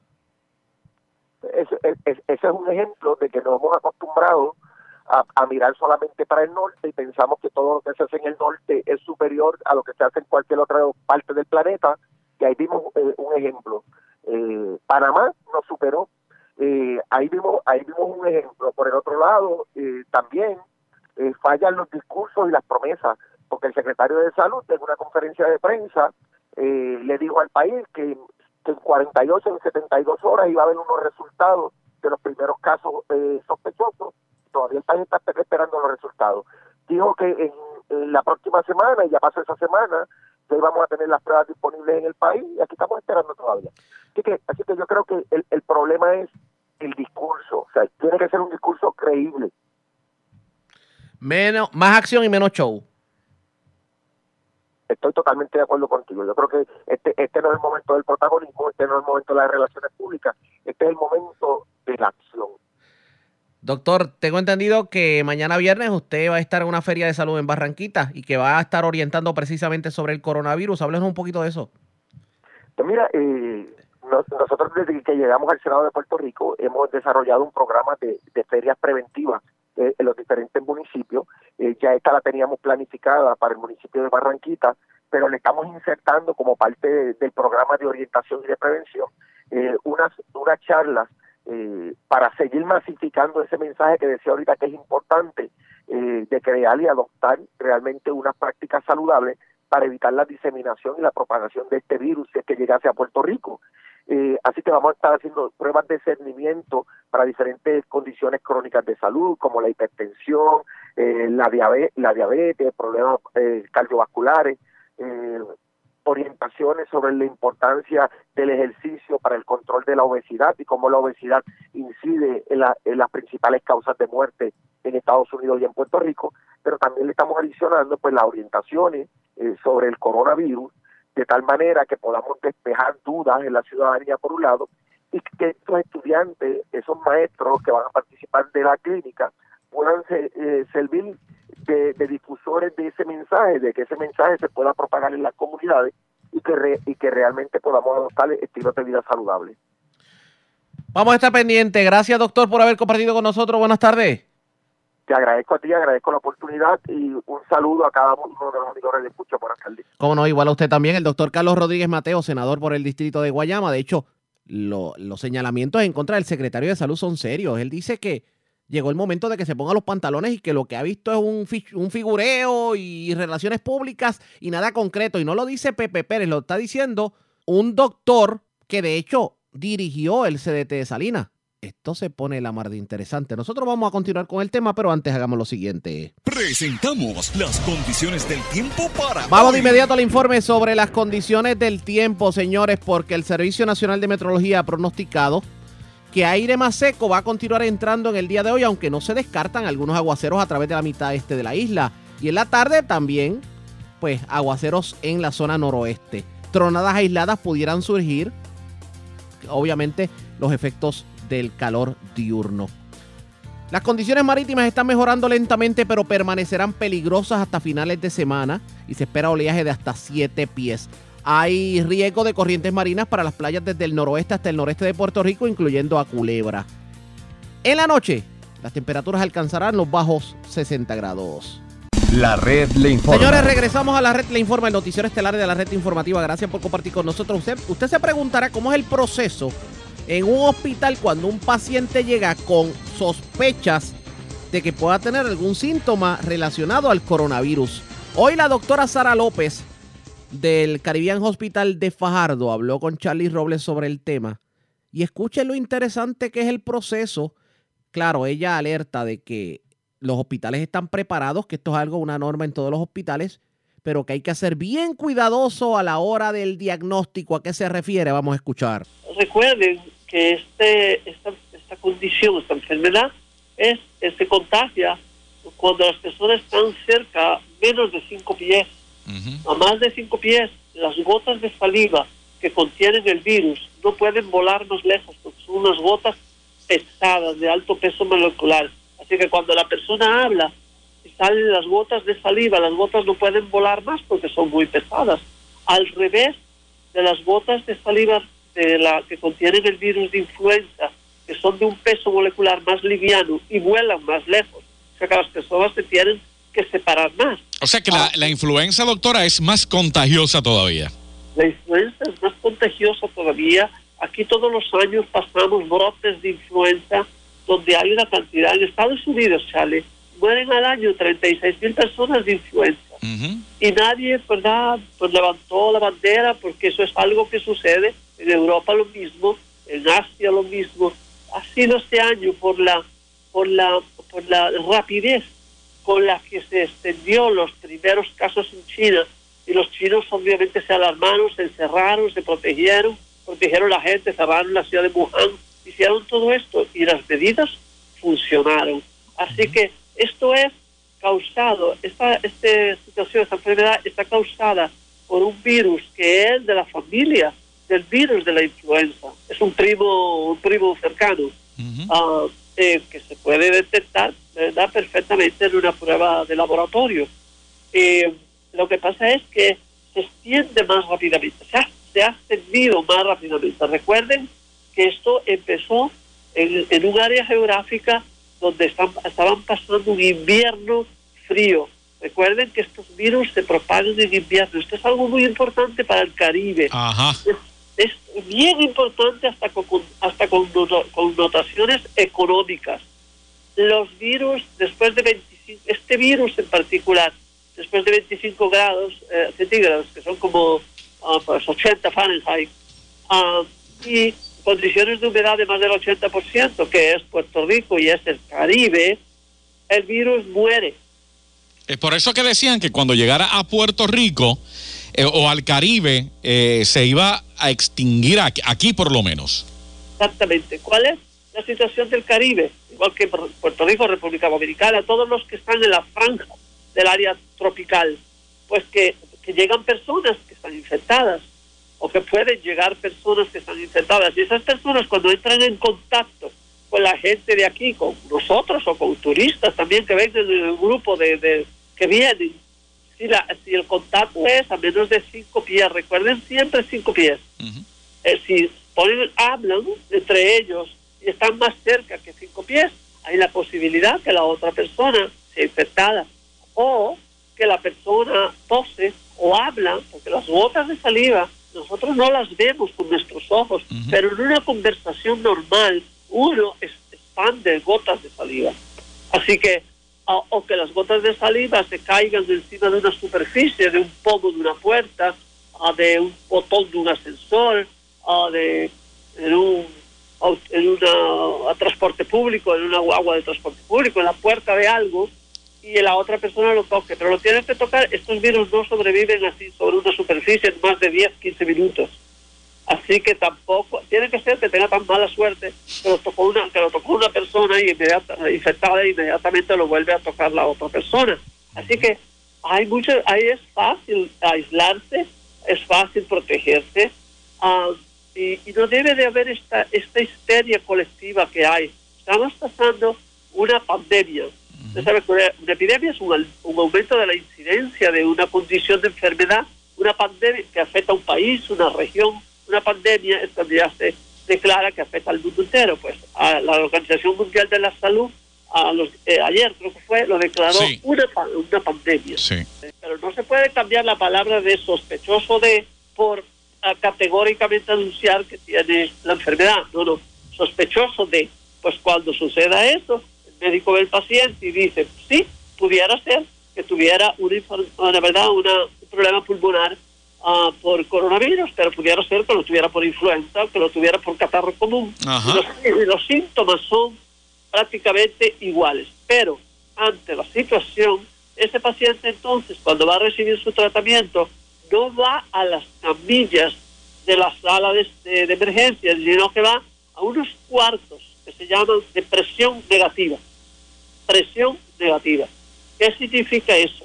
Ese, ese, ese es un ejemplo de que nos hemos acostumbrado a, a mirar solamente para el norte y pensamos que todo lo que se hace en el norte es superior a lo que se hace en cualquier otra parte del planeta, y ahí vimos eh, un ejemplo. Eh, Panamá nos superó, eh, ahí vimos ahí vimos un ejemplo. Por el otro lado, eh, también eh, fallan los discursos y las promesas, porque el secretario de Salud en una conferencia de prensa eh, le dijo al país que, que en cuarenta y ocho, en setenta y dos horas iba a haber unos resultados de los primeros casos eh, sospechosos. Todavía el país está esperando los resultados. Dijo que en, en la próxima semana, y ya pasó esa semana, que íbamos a tener las pruebas disponibles en el país, y aquí estamos esperando todavía. Así que, así que yo creo que el, el problema es el discurso. O sea, tiene que ser un discurso creíble.
Menos, más acción y menos show.
Estoy totalmente de acuerdo contigo. Yo creo que este este no es el momento del protagonismo, este no es el momento de las relaciones públicas, este es el momento de la acción.
Doctor, tengo entendido que mañana viernes usted va a estar en una feria de salud en Barranquita y que va a estar orientando precisamente sobre el coronavirus. Háblenos un poquito de eso.
Pues mira, eh, nos, nosotros desde que llegamos al Senado de Puerto Rico hemos desarrollado un programa de, de ferias preventivas eh, en los diferentes municipios. Eh, ya esta la teníamos planificada para el municipio de Barranquita, pero le estamos insertando como parte de, del programa de orientación y de prevención eh, unas, unas charlas Eh, para seguir masificando ese mensaje que decía ahorita que es importante, eh, de crear y adoptar realmente unas prácticas saludables para evitar la diseminación y la propagación de este virus si es que llegase a Puerto Rico. Eh, así que vamos a estar haciendo pruebas de cernimiento para diferentes condiciones crónicas de salud, como la hipertensión, eh, la, diabetes, la diabetes, problemas eh, cardiovasculares, eh, orientaciones sobre la importancia del ejercicio para el control de la obesidad y cómo la obesidad incide en, la, en las principales causas de muerte en Estados Unidos y en Puerto Rico, pero también le estamos adicionando pues las orientaciones eh, sobre el coronavirus, de tal manera que podamos despejar dudas en la ciudadanía por un lado, y que estos estudiantes, esos maestros que van a participar de la clínica, puedan ser, eh, servir De, de difusores de ese mensaje, de que ese mensaje se pueda propagar en las comunidades y que re, y que realmente podamos adoptar estilos de vida saludables.
Vamos a estar pendientes. Gracias, doctor, por haber compartido con nosotros. Buenas tardes.
Te agradezco a ti, agradezco la oportunidad y un saludo a cada uno de los amigos de Escucha. Buenas tardes.
Cómo no, igual a usted también, el doctor Carlos Rodríguez Mateo, senador por el distrito de Guayama. De hecho, lo, los señalamientos en contra del secretario de Salud son serios. Él dice que llegó el momento de que se ponga los pantalones y que lo que ha visto es un, fi un figureo y relaciones públicas y nada concreto. Y no lo dice Pepe Pérez, lo está diciendo un doctor que de hecho dirigió el C D T de Salinas. Esto se pone la mar de interesante. Nosotros vamos a continuar con el tema, pero antes hagamos lo siguiente.
Presentamos las condiciones del tiempo para
Vamos
hoy.
de inmediato al informe sobre las condiciones del tiempo, señores, porque el Servicio Nacional de Meteorología ha pronosticado que aire más seco va a continuar entrando en el día de hoy, aunque no se descartan algunos aguaceros a través de la mitad este de la isla. Y en la tarde también, pues, aguaceros en la zona noroeste. Tronadas aisladas pudieran surgir, obviamente, los efectos del calor diurno. Las condiciones marítimas están mejorando lentamente, pero permanecerán peligrosas hasta finales de semana y se espera oleaje de hasta siete pies. Hay riesgo de corrientes marinas para las playas desde el noroeste hasta el noreste de Puerto Rico, incluyendo a Culebra. En la noche, las temperaturas alcanzarán los bajos sesenta grados.
La red le informa.
Señores, regresamos a la red le informa, el noticiero estelar de la red informativa. Gracias por compartir con nosotros. Usted, usted se preguntará cómo es el proceso en un hospital cuando un paciente llega con sospechas de que pueda tener algún síntoma relacionado al coronavirus. Hoy la doctora Sara López del Caribbean Hospital de Fajardo habló con Charlie Robles sobre el tema. Y escuchen lo interesante que es el proceso. Claro, ella alerta de que los hospitales están preparados, que esto es algo, una norma en todos los hospitales, pero que hay que ser bien cuidadoso a la hora del diagnóstico. ¿A qué se refiere? Vamos a escuchar.
Recuerden que este, esta, esta condición, esta enfermedad, es, se contagia cuando las personas están cerca, menos de cinco pies a más de cinco pies, las gotas de saliva que contienen el virus no pueden volar más lejos, porque son unas gotas pesadas, de alto peso molecular. Así que cuando la persona habla y salen las gotas de saliva, las gotas no pueden volar más porque son muy pesadas. Al revés de las gotas de saliva de la que contienen el virus de influenza, que son de un peso molecular más liviano y vuelan más lejos, o sea que las personas se tienen que separar más.
O sea que la, la influenza, doctora, es más contagiosa todavía.
La influenza es más contagiosa todavía. Aquí todos los años pasamos brotes de influenza donde hay una cantidad. En Estados Unidos, Charlie, mueren al año treinta y seis mil personas de influenza. Uh-huh. Y nadie, ¿verdad?, pues levantó la bandera porque eso es algo que sucede. En Europa lo mismo, en Asia lo mismo. Ha sido este año por la, por la, por la rapidez con la que se extendió los primeros casos en China, y los chinos obviamente se alarmaron, se encerraron, se protegieron, protegieron a la gente, cerraron la ciudad de Wuhan, hicieron todo esto y las medidas funcionaron. Así uh-huh. que esto es causado, esta, esta situación, esta enfermedad está causada por un virus que es de la familia del virus de la influenza. Es un primo, un primo cercano, uh-huh. uh, eh, que se puede detectar, ¿verdad?, perfectamente en una prueba de laboratorio. Eh, lo que pasa es que se extiende más rápidamente, se ha, se ha extendido más rápidamente. Recuerden que esto empezó en, en un área geográfica donde están, estaban pasando un invierno frío. Recuerden que estos virus se propagan en invierno. Esto es algo muy importante para el Caribe.
Ajá.
Es, es bien importante hasta con, hasta con connotaciones económicas. Los virus, después de veinticinco, este virus en particular, después de veinticinco grados eh, centígrados, que son como uh, pues ochenta Fahrenheit, uh, y condiciones de humedad de más del ochenta por ciento, que es Puerto Rico y es el Caribe, el virus muere.
Es por eso que decían que cuando llegara a Puerto Rico eh, o al Caribe eh, se iba a extinguir aquí, aquí por lo menos.
Exactamente. ¿Cuál es la situación del Caribe? Igual que Puerto Rico, República Dominicana, todos los que están en la franja del área tropical, pues que, que llegan personas que están infectadas, o que pueden llegar personas que están infectadas, y esas personas cuando entran en contacto con la gente de aquí, con nosotros o con turistas también que vengan en el grupo de, de que vienen, si, la, si el contacto es a menos de cinco pies, recuerden siempre cinco pies, uh-huh. eh, si ponen, hablan entre ellos y están más cerca que cinco pies, hay la posibilidad que la otra persona sea infectada, o que la persona tose o habla, porque las gotas de saliva nosotros no las vemos con nuestros ojos, uh-huh. pero en una conversación normal uno expande gotas de saliva. Así que, o, o que las gotas de saliva se caigan encima de una superficie, de un pomo de una puerta, uh, de un botón de un ascensor, uh, de en un en una a transporte público, en una guagua de transporte público, en la puerta de algo, y la otra persona lo toque, pero lo tienen que tocar. Estos virus no sobreviven así sobre una superficie en más de diez, quince minutos. Así que tampoco, tiene que ser que tenga tan mala suerte que lo tocó una, que lo tocó una persona y inmediata, infectada e inmediatamente lo vuelve a tocar la otra persona. Así que hay mucho, ahí es fácil aislarse, es fácil protegerse, uh, y, y no debe de haber esta, esta histeria colectiva que hay. Estamos pasando una pandemia. Usted sabe que una, una epidemia es un, un aumento de la incidencia de una condición de enfermedad, una pandemia que afecta a un país, una región. Una pandemia es cuando ya se declara que afecta al mundo entero. Pues a la Organización Mundial de la Salud, a los, eh, ayer creo que fue, lo declaró sí. una, una pandemia.
Sí.
Pero no se puede cambiar la palabra de sospechoso de por a, categóricamente anunciar que tiene la enfermedad. No, no, sospechoso de. Pues cuando suceda eso, el médico ve al paciente y dice, sí, pudiera ser que tuviera una, una, verdad, una, un problema pulmonar Uh, por coronavirus, pero pudiera ser que lo tuviera por influenza, que lo tuviera por catarro común. Y los, y los síntomas son prácticamente iguales, pero ante la situación, ese paciente entonces, cuando va a recibir su tratamiento, no va a las camillas de la sala de, de, de emergencia, sino que va a unos cuartos que se llaman de presión negativa. Presión negativa. ¿Qué significa eso?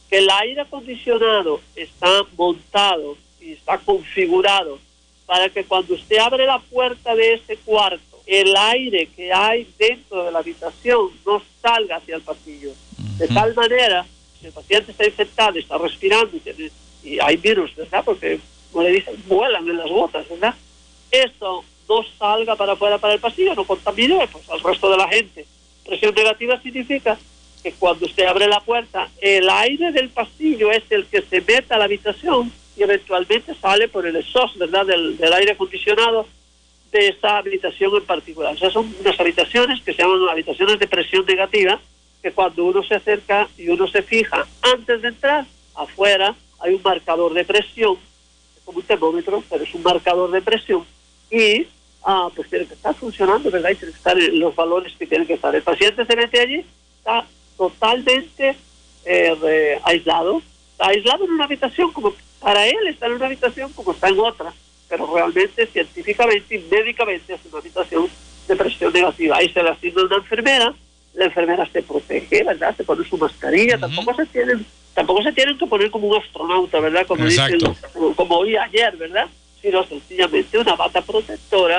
que el aire acondicionado está montado y está configurado para que cuando usted abre la puerta de ese cuarto, el aire que hay dentro de la habitación no salga hacia el pasillo. De tal manera, si el paciente está infectado, está respirando y, tiene, y hay virus, ¿verdad? Porque, como le dicen, vuelan en las gotas, ¿verdad? Eso no salga para afuera, para el pasillo, no contamine pues, al resto de la gente. Presión negativa significa que cuando usted abre la puerta, el aire del pasillo es el que se mete a la habitación y eventualmente sale por el exhaust, ¿verdad?, del, del aire acondicionado de esa habitación en particular. O sea, son unas habitaciones que se llaman habitaciones de presión negativa, que cuando uno se acerca y uno se fija antes de entrar, afuera hay un marcador de presión, como un termómetro, pero es un marcador de presión, y ah, pues tiene que estar funcionando, ¿verdad? Y tiene que estar en los valores que tienen que estar. El paciente se mete allí, está totalmente eh, re, aislado, está aislado en una habitación como para él está en una habitación como está en otra, pero realmente, científicamente y médicamente es una habitación de presión negativa. Ahí se le asigna una enfermera, la enfermera se protege, ¿verdad? Se pone su mascarilla, uh-huh. tampoco se tienen tampoco se tienen que poner como un astronauta, ¿verdad? Como dicen, como, como oí ayer, ¿verdad? Sino sencillamente una bata protectora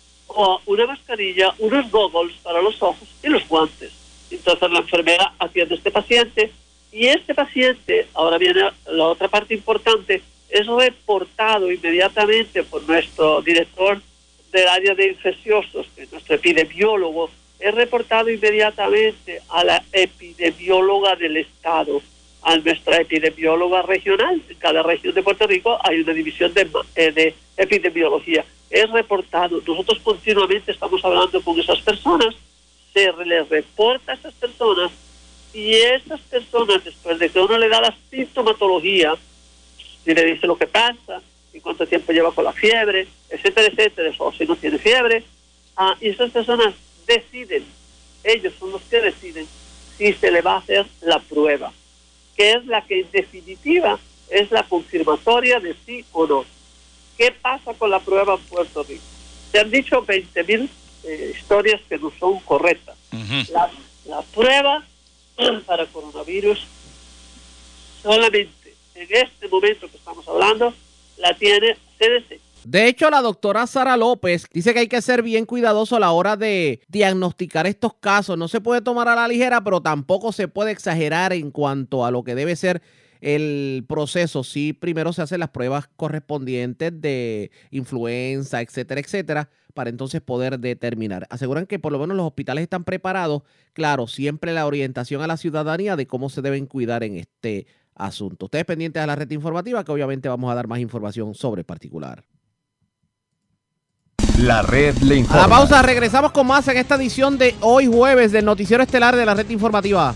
o una mascarilla, unos goggles para los ojos y los guantes. Entonces la enfermera atiende a este paciente y este paciente, ahora viene la otra parte importante, es reportado inmediatamente por nuestro director del área de infecciosos, que es nuestro epidemiólogo, es reportado inmediatamente a la epidemióloga del estado, a nuestra epidemióloga regional. En cada región de Puerto Rico hay una división de, eh, de epidemiología. Es reportado. Nosotros continuamente estamos hablando con esas personas, se les reporta a esas personas y esas personas, después de que uno le da la sintomatología, y le dice lo que pasa, y cuánto tiempo lleva con la fiebre, etcétera, etcétera, o si no tiene fiebre, ah, y esas personas deciden, ellos son los que deciden si se le va a hacer la prueba, que es la que en definitiva es la confirmatoria de sí o no. ¿Qué pasa con la prueba en Puerto Rico? Se han dicho veinte mil eh, historias que no son correctas. Uh-huh. La, la prueba para coronavirus solamente en este momento que estamos hablando la tiene C D C.
De hecho, la doctora Sara López dice que hay que ser bien cuidadoso a la hora de diagnosticar estos casos. No se puede tomar a la ligera, pero tampoco se puede exagerar en cuanto a lo que debe ser el proceso. Sí, primero se hacen las pruebas correspondientes de influenza, etcétera, etcétera, para entonces poder determinar. Aseguran que por lo menos los hospitales están preparados. Claro, siempre la orientación a la ciudadanía de cómo se deben cuidar en este asunto. Ustedes pendientes a la red informativa, que obviamente vamos a dar más información sobre el particular.
La red le informa.
A la pausa, regresamos con más en esta edición de hoy jueves del noticiero estelar de la red informativa.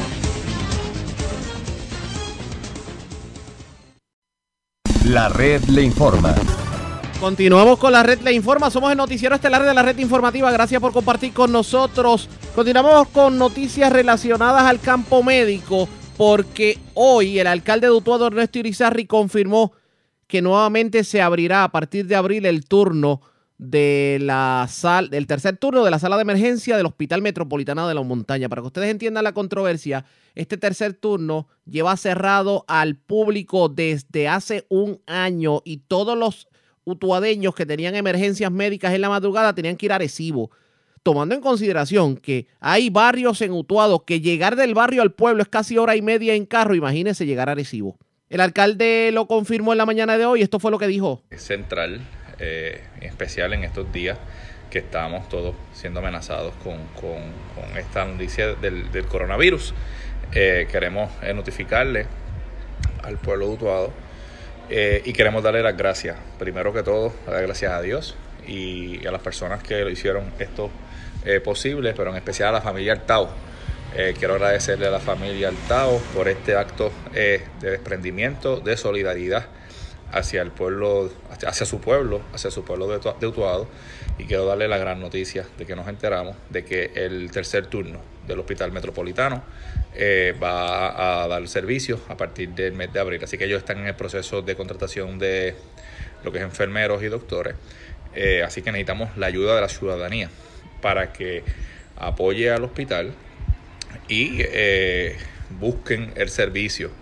La red le informa.
Continuamos con la red le informa. Somos el noticiero estelar de la red informativa. Gracias por compartir con nosotros. Continuamos con noticias relacionadas al campo médico, porque hoy el alcalde de Utuado, Ernesto Irizarry, confirmó que nuevamente se abrirá a partir de abril el turno de la sal, del tercer turno de la sala de emergencia del Hospital Metropolitano de la Montaña. Para que ustedes entiendan la controversia, este tercer turno lleva cerrado al público desde hace un año y todos los utuadeños que tenían emergencias médicas en la madrugada tenían que ir a Arecibo, tomando en consideración que hay barrios en Utuado que llegar del barrio al pueblo es casi hora y media en carro. Imagínense llegar a Arecibo. El alcalde lo confirmó en la mañana de hoy. Esto fue lo que dijo.
Es central, eh, en especial en estos días que estamos todos siendo amenazados con, con, con esta noticia del, del coronavirus. Eh, queremos eh, notificarle al pueblo de Utuado eh, y queremos darle las gracias, primero que todo, dar gracias a Dios y a las personas que lo hicieron esto eh, posible, pero en especial a la familia Altao. Eh, quiero agradecerle a la familia Altao por este acto eh, de desprendimiento, de solidaridad hacia el pueblo, hacia, hacia su pueblo, hacia su pueblo de, de Utuado, y quiero darle la gran noticia de que nos enteramos de que el tercer turno del Hospital Metropolitano eh, va a dar servicio a partir del mes de abril. Así que ellos están en el proceso de contratación de lo que es enfermeros y doctores. Eh, así que necesitamos la ayuda de la ciudadanía para que apoye al hospital y eh, busquen el servicio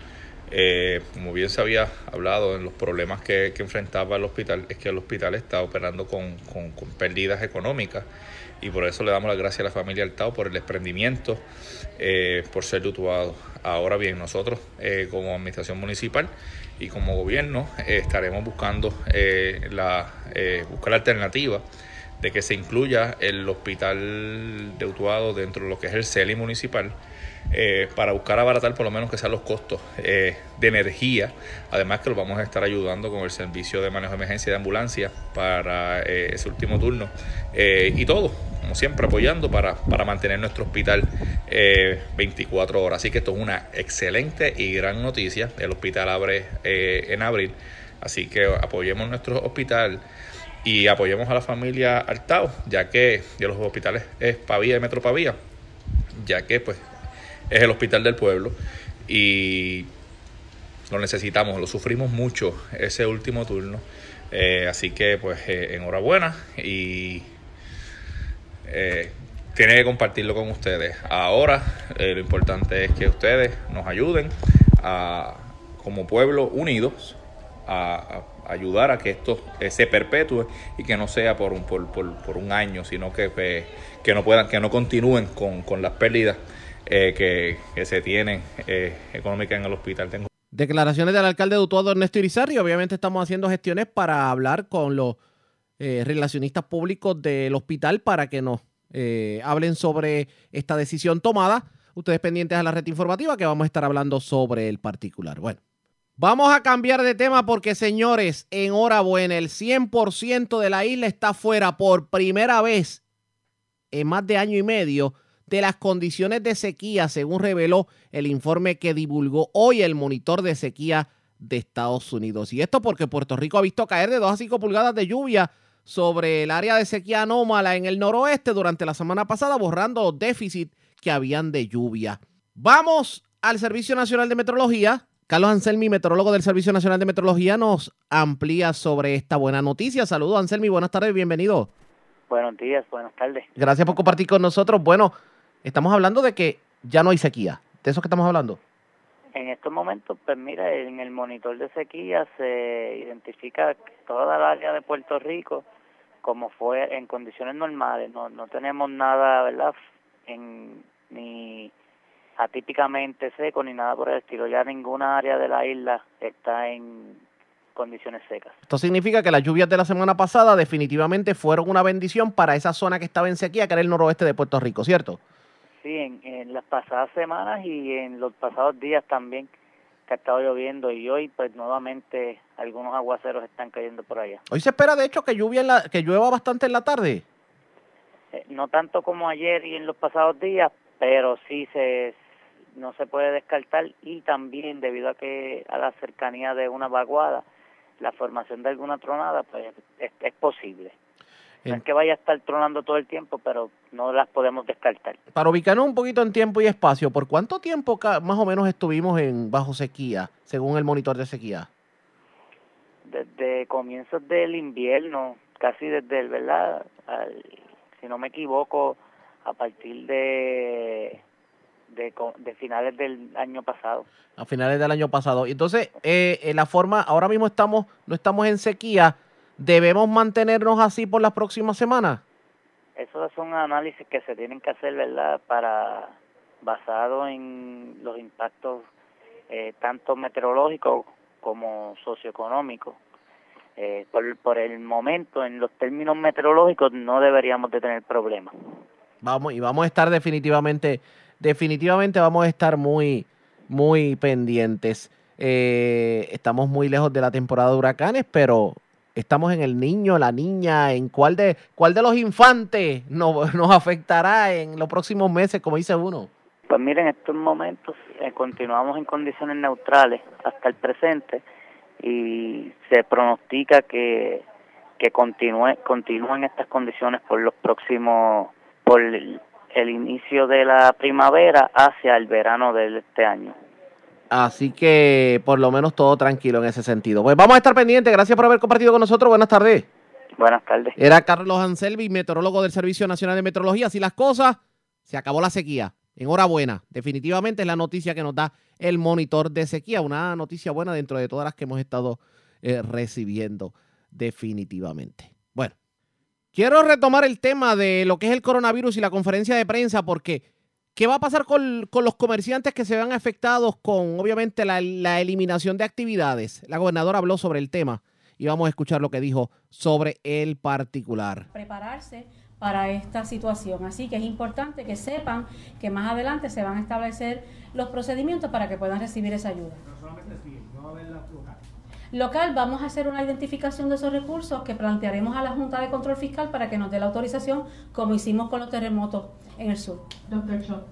Eh, como bien se había hablado en los problemas que, que enfrentaba el hospital, es que el hospital está operando con, con, con pérdidas económicas, y por eso le damos las gracias a la familia Altao por el desprendimiento, eh, por ser lutuado. Ahora bien, nosotros eh, como administración municipal y como gobierno eh, estaremos buscando eh, la eh, buscar la alternativa de que se incluya el hospital de Utuado dentro de lo que es el C E L I municipal, eh, para buscar abaratar por lo menos que sean los costos eh, de energía. Además que los vamos a estar ayudando con el servicio de manejo de emergencia de ambulancia para eh, ese último turno, eh, y todo, como siempre, apoyando para, para mantener nuestro hospital eh, veinticuatro horas. Así que esto es una excelente y gran noticia. El hospital abre eh, en abril, así que apoyemos nuestro hospital y apoyemos a la familia Altao, ya que de los hospitales es Pavía y Metro Pavía, ya que pues es el hospital del pueblo y lo necesitamos, lo sufrimos mucho ese último turno, eh, así que pues eh, enhorabuena, y eh, tiene que compartirlo con ustedes. Ahora eh, lo importante es que ustedes nos ayuden a, como pueblo unidos, a, a ayudar a que esto eh, se perpetúe y que no sea por un por, por, por un año, sino que eh, que no puedan que no continúen con, con las pérdidas eh, que, que se tienen eh, económicas en el hospital. Tengo
Declaraciones del alcalde de Utuado, Ernesto Irizarry. Obviamente estamos haciendo gestiones para hablar con los eh, relacionistas públicos del hospital para que nos eh, hablen sobre esta decisión tomada. Ustedes pendientes a la red informativa, que vamos a estar hablando sobre el particular. Bueno, vamos a cambiar de tema porque, señores, enhorabuena, el cien por ciento de la isla está fuera por primera vez en más de año y medio de las condiciones de sequía, según reveló el informe que divulgó hoy el monitor de sequía de Estados Unidos. Y esto porque Puerto Rico ha visto caer de dos a cinco pulgadas de lluvia sobre el área de sequía anómala en el noroeste durante la semana pasada, borrando los déficits que habían de lluvia. Vamos al Servicio Nacional de Meteorología. Carlos Anselmi, meteorólogo del Servicio Nacional de Meteorología, nos amplía sobre esta buena noticia. Saludos, Anselmi, buenas tardes, bienvenido.
Buenos días, buenas tardes.
Gracias por compartir con nosotros. Bueno, estamos hablando de que ya no hay sequía. ¿De eso que estamos hablando?
En estos momentos, pues mira, en el monitor de sequía se identifica toda el área de Puerto Rico como fue en condiciones normales. No, no tenemos nada, ¿verdad?, en, ni atípicamente seco ni nada por el estilo. Ya ninguna área de la isla está en condiciones secas.
Esto significa que las lluvias de la semana pasada definitivamente fueron una bendición para esa zona que estaba en sequía, que era el noroeste de Puerto Rico, ¿cierto?
Sí, en, en las pasadas semanas y en los pasados días también, que ha estado lloviendo, y hoy pues nuevamente algunos aguaceros están cayendo por allá.
Hoy se espera de hecho que lluvia en la, que llueva bastante en la tarde.
Eh, no tanto como ayer y en los pasados días, pero sí se no se puede descartar, y también debido a que a la cercanía de una vaguada, la formación de alguna tronada pues es, es posible. No es que vaya a estar tronando todo el tiempo, pero no las podemos descartar.
Para ubicarnos un poquito en tiempo y espacio, ¿por cuánto tiempo más o menos estuvimos en bajo sequía, según el monitor de sequía?
Desde comienzos del invierno, casi desde el, ¿verdad? Al, si no me equivoco, a partir de, de, de finales del año pasado.
A finales del año pasado. Entonces, eh, en la forma, ahora mismo estamos, no estamos en sequía. ¿Debemos mantenernos así por las próximas semanas?
Esos son análisis que se tienen que hacer, ¿verdad? Para basado en los impactos eh, tanto meteorológicos como socioeconómicos. Eh, por, por el momento, en los términos meteorológicos, no deberíamos de tener problemas.
Vamos, y vamos a estar definitivamente, definitivamente vamos a estar muy, muy pendientes. Eh, estamos muy lejos de la temporada de huracanes, pero estamos en el niño, la niña, en cuál de cuál de los infantes nos, nos afectará en los próximos meses, como dice uno.
Pues miren, en estos momentos eh, continuamos en condiciones neutrales hasta el presente, y se pronostica que que continúe continúen estas condiciones por los próximos, por el, el inicio de la primavera hacia el verano de este año.
Así que por lo menos todo tranquilo en ese sentido. Pues vamos a estar pendientes. Gracias por haber compartido con nosotros. Buenas tardes.
Buenas tardes.
Era Carlos Anselmi, meteorólogo del Servicio Nacional de Meteorología. Así las cosas, se acabó la sequía. Enhorabuena. Definitivamente es la noticia que nos da el monitor de sequía. Una noticia buena dentro de todas las que hemos estado eh, recibiendo definitivamente. Bueno, quiero retomar el tema de lo que es el coronavirus y la conferencia de prensa porque ¿qué va a pasar con, con los comerciantes que se vean afectados con, obviamente, la, la eliminación de actividades? La gobernadora habló sobre el tema y vamos a escuchar lo que dijo sobre el particular.
Prepararse para esta situación. Así que es importante que sepan que más adelante se van a establecer los procedimientos para que puedan recibir esa ayuda.
No solamente sí, no va a haber la local.
Local, vamos a hacer una identificación de esos recursos que plantearemos a la Junta de Control Fiscal para que nos dé la autorización, como hicimos con los terremotos en el sur. Doctor Cho.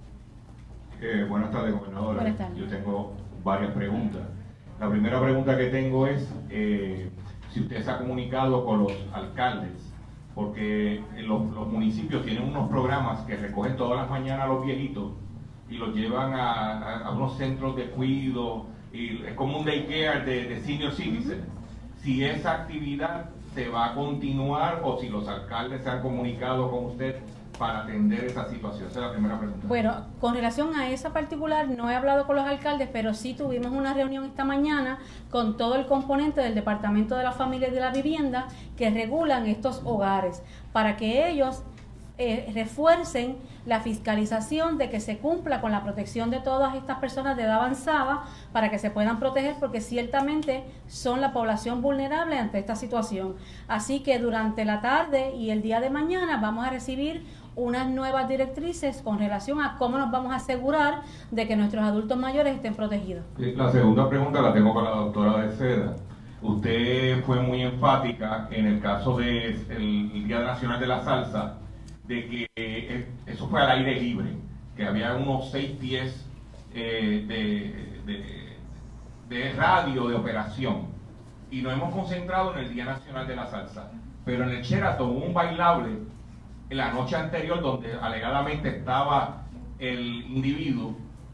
Eh, buenas tardes, gobernadora.
Buenas tardes.
Yo tengo varias preguntas. La primera pregunta que tengo es eh, si usted se ha comunicado con los alcaldes, porque los, los municipios tienen unos programas que recogen todas las mañanas a los viejitos y los llevan a, a, a unos centros de cuidado, y es como un daycare de, de senior citizen. Si esa actividad se va a continuar o si los alcaldes se han comunicado con usted para atender esa situación. Esa es la primera pregunta.
Bueno, con relación a esa particular, no he hablado con los alcaldes, pero sí tuvimos una reunión esta mañana con todo el componente del Departamento de la Familia y de la Vivienda que regulan estos hogares, para que ellos eh, refuercen la fiscalización de que se cumpla con la protección de todas estas personas de edad avanzada para que se puedan proteger, porque ciertamente son la población vulnerable ante esta situación. Así que durante la tarde y el día de mañana vamos a recibir unas nuevas directrices con relación a cómo nos vamos a asegurar de que nuestros adultos mayores estén protegidos.
La segunda pregunta la tengo para la doctora de Seda. Usted fue muy enfática en el caso del Día Nacional de la Salsa, de que eh, eso fue al aire libre, que había unos seis pies eh, de, de, de radio de operación, y nos hemos concentrado en el Día Nacional de la Salsa, pero en el Sheraton hubo un bailable en la noche anterior donde alegadamente estaba el individuo,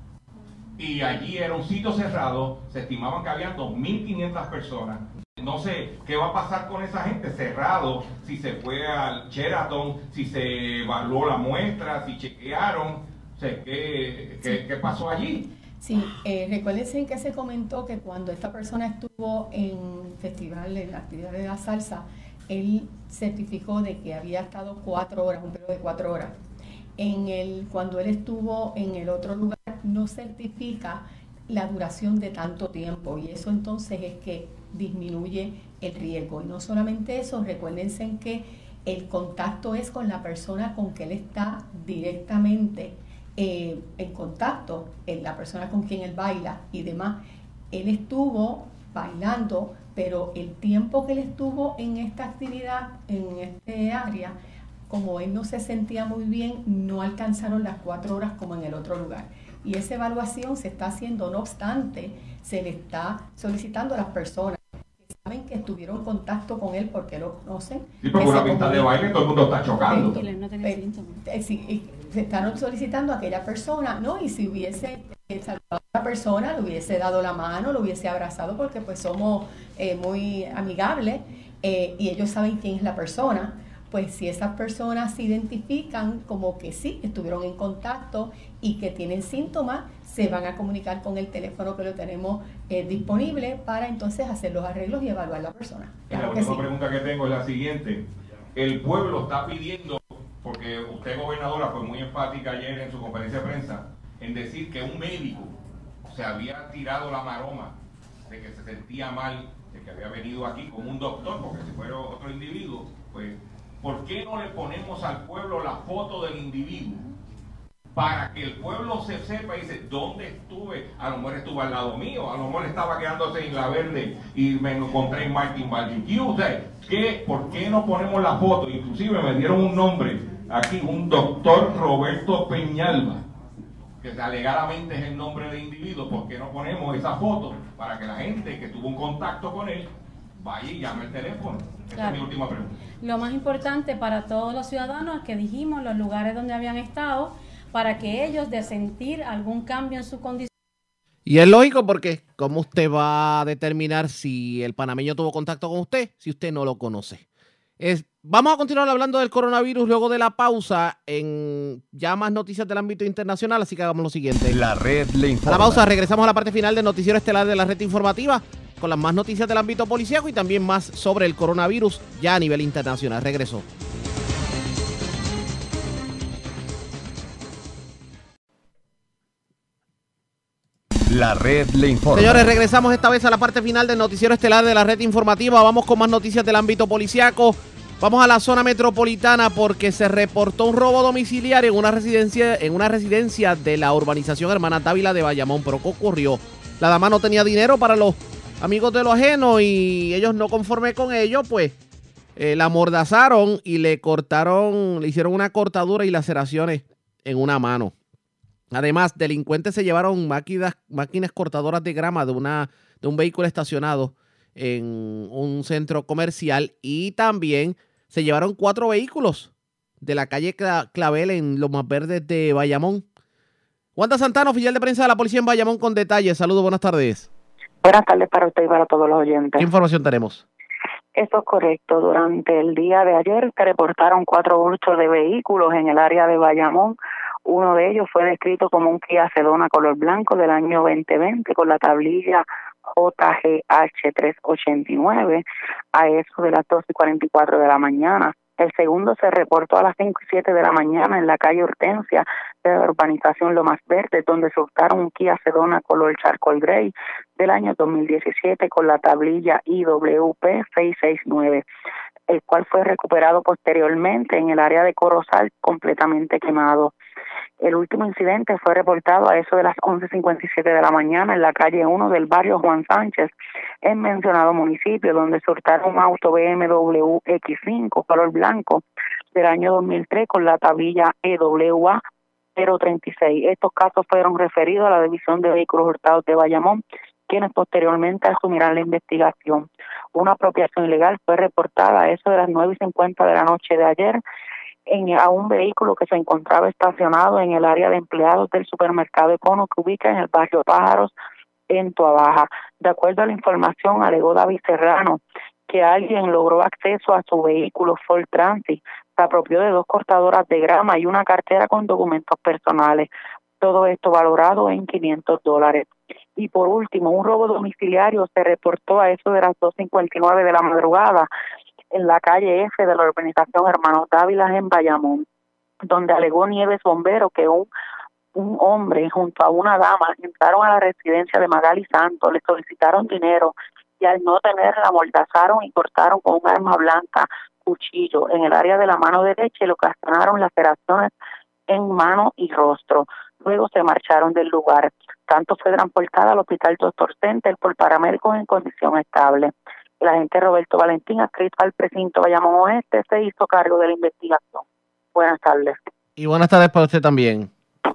y allí era un sitio cerrado, se estimaban que había dos mil quinientas personas. No sé qué va a pasar con esa gente cerrado, si se fue al Sheraton, si se evaluó la muestra, si chequearon, o sea, ¿qué, qué, qué pasó allí?
Sí, eh, recuérdense que se comentó que cuando esta persona estuvo en festival, en la actividad de la salsa, él certificó de que había estado cuatro horas, un periodo de cuatro horas. En el, cuando él estuvo en el otro lugar, no certifica la duración de tanto tiempo, y eso entonces es que disminuye el riesgo. Y no solamente eso, recuérdense que el contacto es con la persona con que él está directamente eh, en contacto, en la persona con quien él baila y demás. Él estuvo bailando, pero el tiempo que él estuvo en esta actividad, en este área, como él no se sentía muy bien, no alcanzaron las cuatro horas como en el otro lugar. Y esa evaluación se está haciendo, no obstante, se le está solicitando a las personas que saben que estuvieron en contacto con él porque lo conocen.
Sí, porque una pista de baile todo el mundo está chocando.
Y él no tenía síntomas. Eh, sí, y se están solicitando a aquella persona, ¿no? Y si hubiese eh, saludado a la persona, le hubiese dado la mano, lo hubiese abrazado, porque pues somos eh, muy amigables eh, y ellos saben quién es la persona. Pues si esas personas se identifican como que sí, estuvieron en contacto y que tienen síntomas, se van a comunicar con el teléfono que lo tenemos eh, disponible para entonces hacer los arreglos y evaluar a la persona. Claro
la
que
última
sí.
pregunta que tengo es la siguiente. El pueblo está pidiendo, porque usted, gobernadora, fue muy enfática ayer en su conferencia de prensa, en decir que un médico se había tirado la maroma de que se sentía mal, de que había venido aquí como un doctor, porque si fuera otro individuo, pues... ¿Por qué no le ponemos al pueblo la foto del individuo? Para que el pueblo se sepa y dice, ¿dónde estuve? A lo mejor estuve al lado mío, a lo mejor estaba quedándose en La Verde y me encontré en Martin Barbecue. O sea, ¿qué? ¿Por qué no ponemos la foto? Inclusive me dieron un nombre aquí, un doctor Roberto Peñalba, que alegadamente es el nombre del individuo. ¿Por qué no ponemos esa foto para que la gente que tuvo un contacto con él vaya y llame el teléfono? Esa
Claro.
es mi última pregunta.
Lo más importante para todos los ciudadanos es que dijimos los lugares donde habían estado para que ellos, de sentir algún cambio en su condición.
Y es lógico porque ¿cómo usted va a determinar si el panameño tuvo contacto con usted si usted no lo conoce? Es Vamos a continuar hablando del coronavirus luego de la pausa en ya más noticias del ámbito internacional, así que hagamos lo siguiente.
La red le
A
informa.
la pausa regresamos a la parte final del noticiero estelar de la red informativa con las más noticias del ámbito policíaco y también más sobre el coronavirus ya a nivel internacional. Regreso.
La red le informa.
Señores, regresamos esta vez a la parte final del noticiero estelar de la red informativa. Vamos con más noticias del ámbito policíaco. Vamos a la zona metropolitana porque se reportó un robo domiciliario en una residencia, en una residencia de la urbanización Hermana Dávila de Bayamón. Pero ¿qué ocurrió? La dama no tenía dinero para los amigos de lo ajeno y ellos, no conforme con ello, pues eh, la amordazaron y le cortaron, le hicieron una cortadura y laceraciones en una mano. Además, delincuentes se llevaron máquinas, máquinas cortadoras de grama de, una, de un vehículo estacionado en un centro comercial y también se llevaron cuatro vehículos de la calle Clavel en Lomas Verdes de Bayamón. Wanda Santana, oficial de prensa de la policía en Bayamón, con detalles. Saludos, buenas tardes.
Buenas tardes para usted y para todos los oyentes.
¿Qué información tenemos?
Eso es correcto. Durante el día de ayer se reportaron cuatro hurtos de vehículos en el área de Bayamón. Uno de ellos fue descrito como un Kia Sedona color blanco del año veinte veinte con la tablilla J G H tres ochenta y nueve a eso de las dos y cuarenta y cuatro de la mañana. El segundo se reportó a las cinco y siete de la mañana en la calle Hortensia de la urbanización Lomas Verdes, donde se hurtaron un Kia Sedona color charcoal gray del año dos mil diecisiete con la tablilla I W P seiscientos sesenta y nueve, el cual fue recuperado posteriormente en el área de Corozal completamente quemado. El último incidente fue reportado a eso de las once cincuenta y siete de la mañana en la calle uno del barrio Juan Sánchez, en mencionado municipio, donde se hurtaron un auto B M W X cinco color blanco del año dos mil tres con la tablilla E W A cero treinta y seis. Estos casos fueron referidos a la División de Vehículos Hurtados de Bayamón, quienes posteriormente asumirán la investigación. Una apropiación ilegal fue reportada a eso de las nueve y cincuenta de la noche de ayer en, a un vehículo que se encontraba estacionado en el área de empleados del supermercado Econo que ubica en el barrio Pájaros, en Tuabaja. De acuerdo a la información, alegó David Serrano que alguien logró acceso a su vehículo Ford Transit, se apropió de dos cortadoras de grama y una cartera con documentos personales. Todo esto valorado en quinientos dólares. Y por último, un robo domiciliario se reportó a eso de las dos cincuenta y nueve de la madrugada en la calle F de la urbanización Hermanos Dávila en Bayamón, donde alegó Nieves Bombero que un, un hombre junto a una dama entraron a la residencia de Magali Santos, le solicitaron dinero y al no tener la amordazaron y cortaron con un arma blanca, cuchillo, en el área de la mano derecha y le ocasionaron laceraciones en mano y rostro. Luego se marcharon del lugar. Tanto fue transportada al hospital Doctor Center por paramédicos en condición estable. El agente Roberto Valentín, adscrito al precinto Bayamón Oeste, se hizo cargo de la investigación. Buenas tardes.
Y buenas tardes para usted también.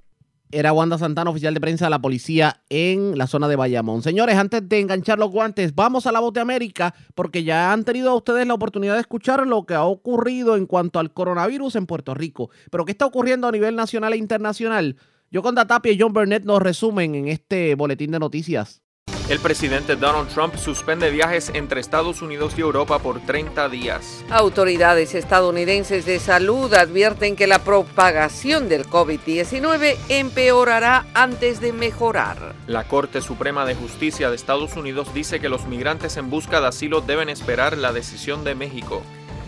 Era Wanda Santana, oficial de prensa de la policía en la zona de Bayamón. Señores, antes de enganchar los guantes, vamos a la Voz de América, porque ya han tenido ustedes la oportunidad de escuchar lo que ha ocurrido en cuanto al coronavirus en Puerto Rico. Pero ¿qué está ocurriendo a nivel nacional e internacional? Yoconda Tapia y John Burnett nos resumen en este boletín de noticias.
El presidente Donald Trump suspende viajes entre Estados Unidos y Europa por treinta días.
Autoridades estadounidenses de salud advierten que la propagación del COVID diecinueve empeorará antes de mejorar.
La Corte Suprema de Justicia de Estados Unidos dice que los migrantes en busca de asilo deben esperar la decisión de México.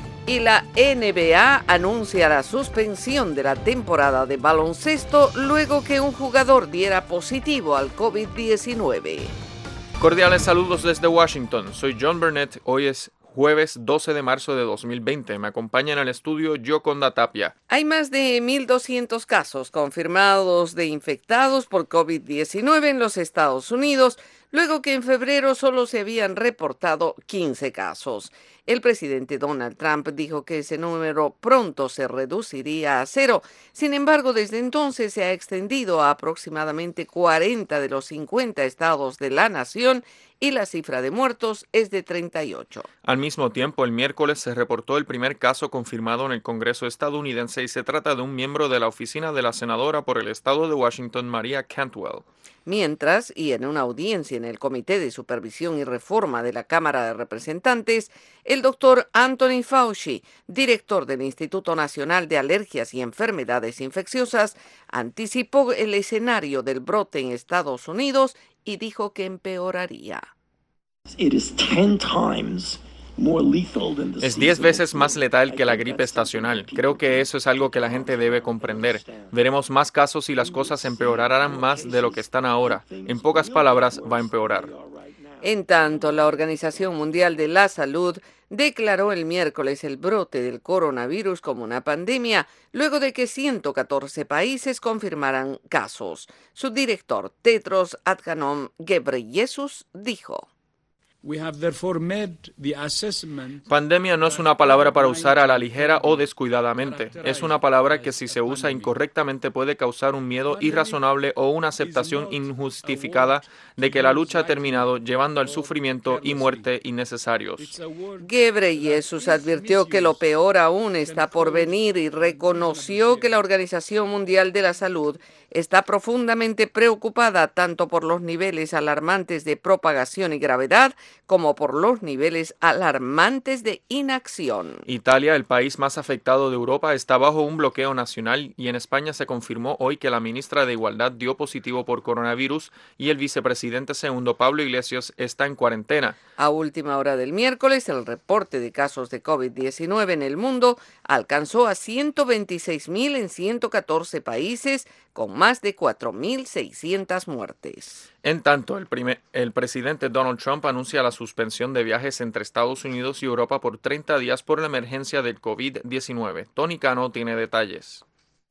Y la N B A anuncia la suspensión de la temporada de baloncesto luego que un jugador diera positivo al COVID diecinueve.
Cordiales saludos desde Washington. Soy John Burnett. Hoy es jueves doce de marzo de dos mil veinte. Me acompaña en el estudio Yoconda Tapia.
Hay más de mil doscientos casos confirmados de infectados por COVID diecinueve en los Estados Unidos, luego que en febrero solo se habían reportado quince casos. El presidente Donald Trump dijo que ese número pronto se reduciría a cero. Sin embargo, desde entonces se ha extendido a aproximadamente cuarenta de los cincuenta estados de la nación y la cifra de muertos es de treinta y ocho.
Al mismo tiempo, el miércoles se reportó el primer caso confirmado en el Congreso estadounidense y se trata de un miembro de la oficina de la senadora por el estado de Washington, Maria Cantwell.
Mientras, y en una audiencia en el Comité de Supervisión y Reforma de la Cámara de Representantes, El doctor Anthony Fauci, director del Instituto Nacional de Alergias y Enfermedades Infecciosas, anticipó el escenario del brote en Estados Unidos y dijo que empeoraría.
Es diez veces más letal que la gripe estacional. Creo que eso es algo que la gente debe comprender. Veremos más casos y las cosas empeorarán más de lo que están ahora. En pocas palabras, va a empeorar.
En tanto, la Organización Mundial de la Salud declaró el miércoles el brote del coronavirus como una pandemia, luego de que ciento catorce países confirmaran casos. Su director, Tedros Adhanom Ghebreyesus, dijo:
Pandemia no es una palabra para usar a la ligera o descuidadamente. Es una palabra que si se usa incorrectamente puede causar un miedo irrazonable o una aceptación injustificada de que la lucha ha terminado, llevando al sufrimiento y muerte innecesarios.
Ghebreyesus advirtió que lo peor aún está por venir y reconoció que la Organización Mundial de la Salud está profundamente preocupada tanto por los niveles alarmantes de propagación y gravedad como por los niveles alarmantes de inacción.
Italia, el país más afectado de Europa, está bajo un bloqueo nacional y en España se confirmó hoy que la ministra de Igualdad dio positivo por coronavirus y el vicepresidente segundo, Pablo Iglesias, está en cuarentena.
A última hora del miércoles, el reporte de casos de COVID diecinueve en el mundo alcanzó a ciento veintiséis mil en ciento catorce países, con más de cuatro mil seiscientas muertes.
En tanto, el, primer, el presidente Donald Trump anuncia la suspensión de viajes entre Estados Unidos y Europa por treinta días por la emergencia del COVID diecinueve. Tony Cano tiene detalles.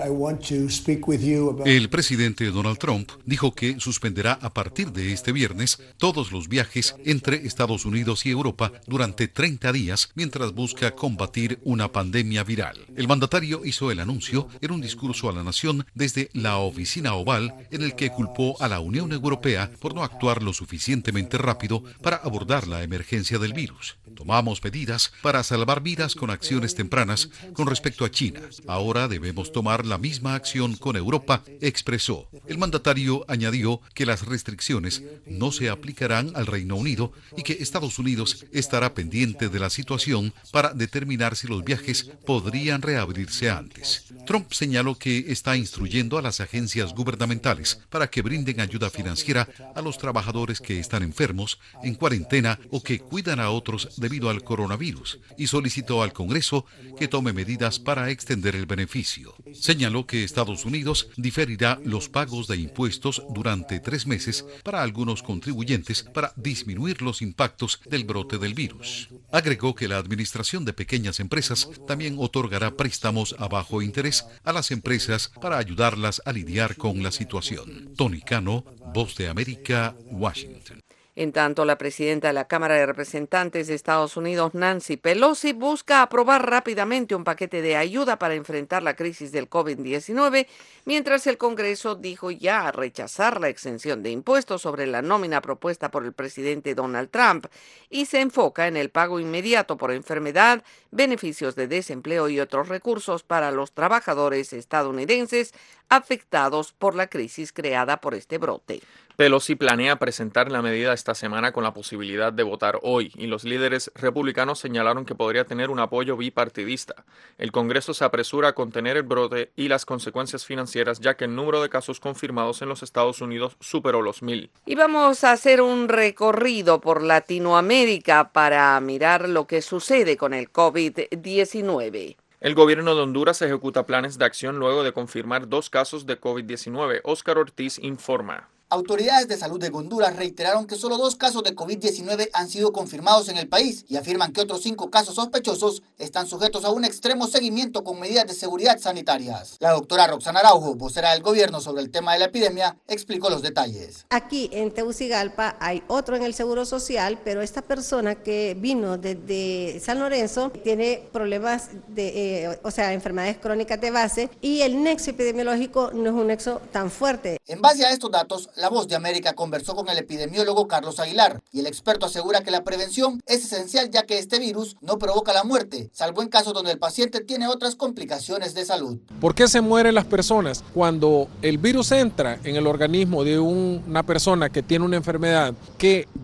El presidente Donald Trump dijo que suspenderá a partir de este viernes todos los viajes entre Estados Unidos y Europa durante treinta días mientras busca combatir una pandemia viral. El mandatario hizo el anuncio en un discurso a la nación desde la oficina oval en el que culpó a la Unión Europea por no actuar lo suficientemente rápido para abordar la emergencia del virus. Tomamos medidas para salvar vidas con acciones tempranas con respecto a China. Ahora debemos tomar la misma acción con Europa, expresó. El mandatario añadió que las restricciones no se aplicarán al Reino Unido y que Estados Unidos estará pendiente de la situación para determinar si los viajes podrían reabrirse antes. Trump señaló que está instruyendo a las agencias gubernamentales para que brinden ayuda financiera a los trabajadores que están enfermos, en cuarentena o que cuidan a otros debido al coronavirus y solicitó al Congreso que tome medidas para extender el beneficio. Señaló que Estados Unidos diferirá los pagos de impuestos durante tres meses para algunos contribuyentes para disminuir los impactos del brote del virus. Agregó que la Administración de Pequeñas Empresas también otorgará préstamos a bajo interés a las empresas para ayudarlas a lidiar con la situación. Tony Cano, Voz de América, Washington.
En tanto, la presidenta de la Cámara de Representantes de Estados Unidos, Nancy Pelosi, busca aprobar rápidamente un paquete de ayuda para enfrentar la crisis del COVID diecinueve, mientras el Congreso dijo ya rechazar la exención de impuestos sobre la nómina propuesta por el presidente Donald Trump y se enfoca en el pago inmediato por enfermedad, beneficios de desempleo y otros recursos para los trabajadores estadounidenses afectados por la crisis creada por este brote.
Pelosi planea presentar la medida esta semana con la posibilidad de votar hoy y los líderes republicanos señalaron que podría tener un apoyo bipartidista. El Congreso se apresura a contener el brote y las consecuencias financieras ya que el número de casos confirmados en los Estados Unidos superó los mil.
Y vamos a hacer un recorrido por Latinoamérica para mirar lo que sucede con el COVID diecinueve.
El gobierno de Honduras ejecuta planes de acción luego de confirmar dos casos de COVID diecinueve. Óscar Ortiz informa.
Autoridades de salud de Honduras reiteraron que solo dos casos de COVID diecinueve han sido confirmados en el país y afirman que otros cinco casos sospechosos están sujetos a un extremo seguimiento con medidas de seguridad sanitarias. La doctora Roxana Araujo, vocera del gobierno sobre el tema de la epidemia, explicó los detalles.
Aquí en Tegucigalpa hay otro en el Seguro Social, pero esta persona que vino desde San Lorenzo tiene problemas de, eh, o sea, enfermedades crónicas de base y el nexo epidemiológico no es un nexo tan fuerte.
En base a estos datos, La Voz de América conversó con el epidemiólogo Carlos Aguilar y el experto asegura que la prevención es esencial ya que este virus no provoca la muerte, salvo en casos donde el paciente tiene otras complicaciones de salud.
¿Por qué se mueren las personas? Cuando el virus entra en el organismo de un, una persona que tiene una enfermedad que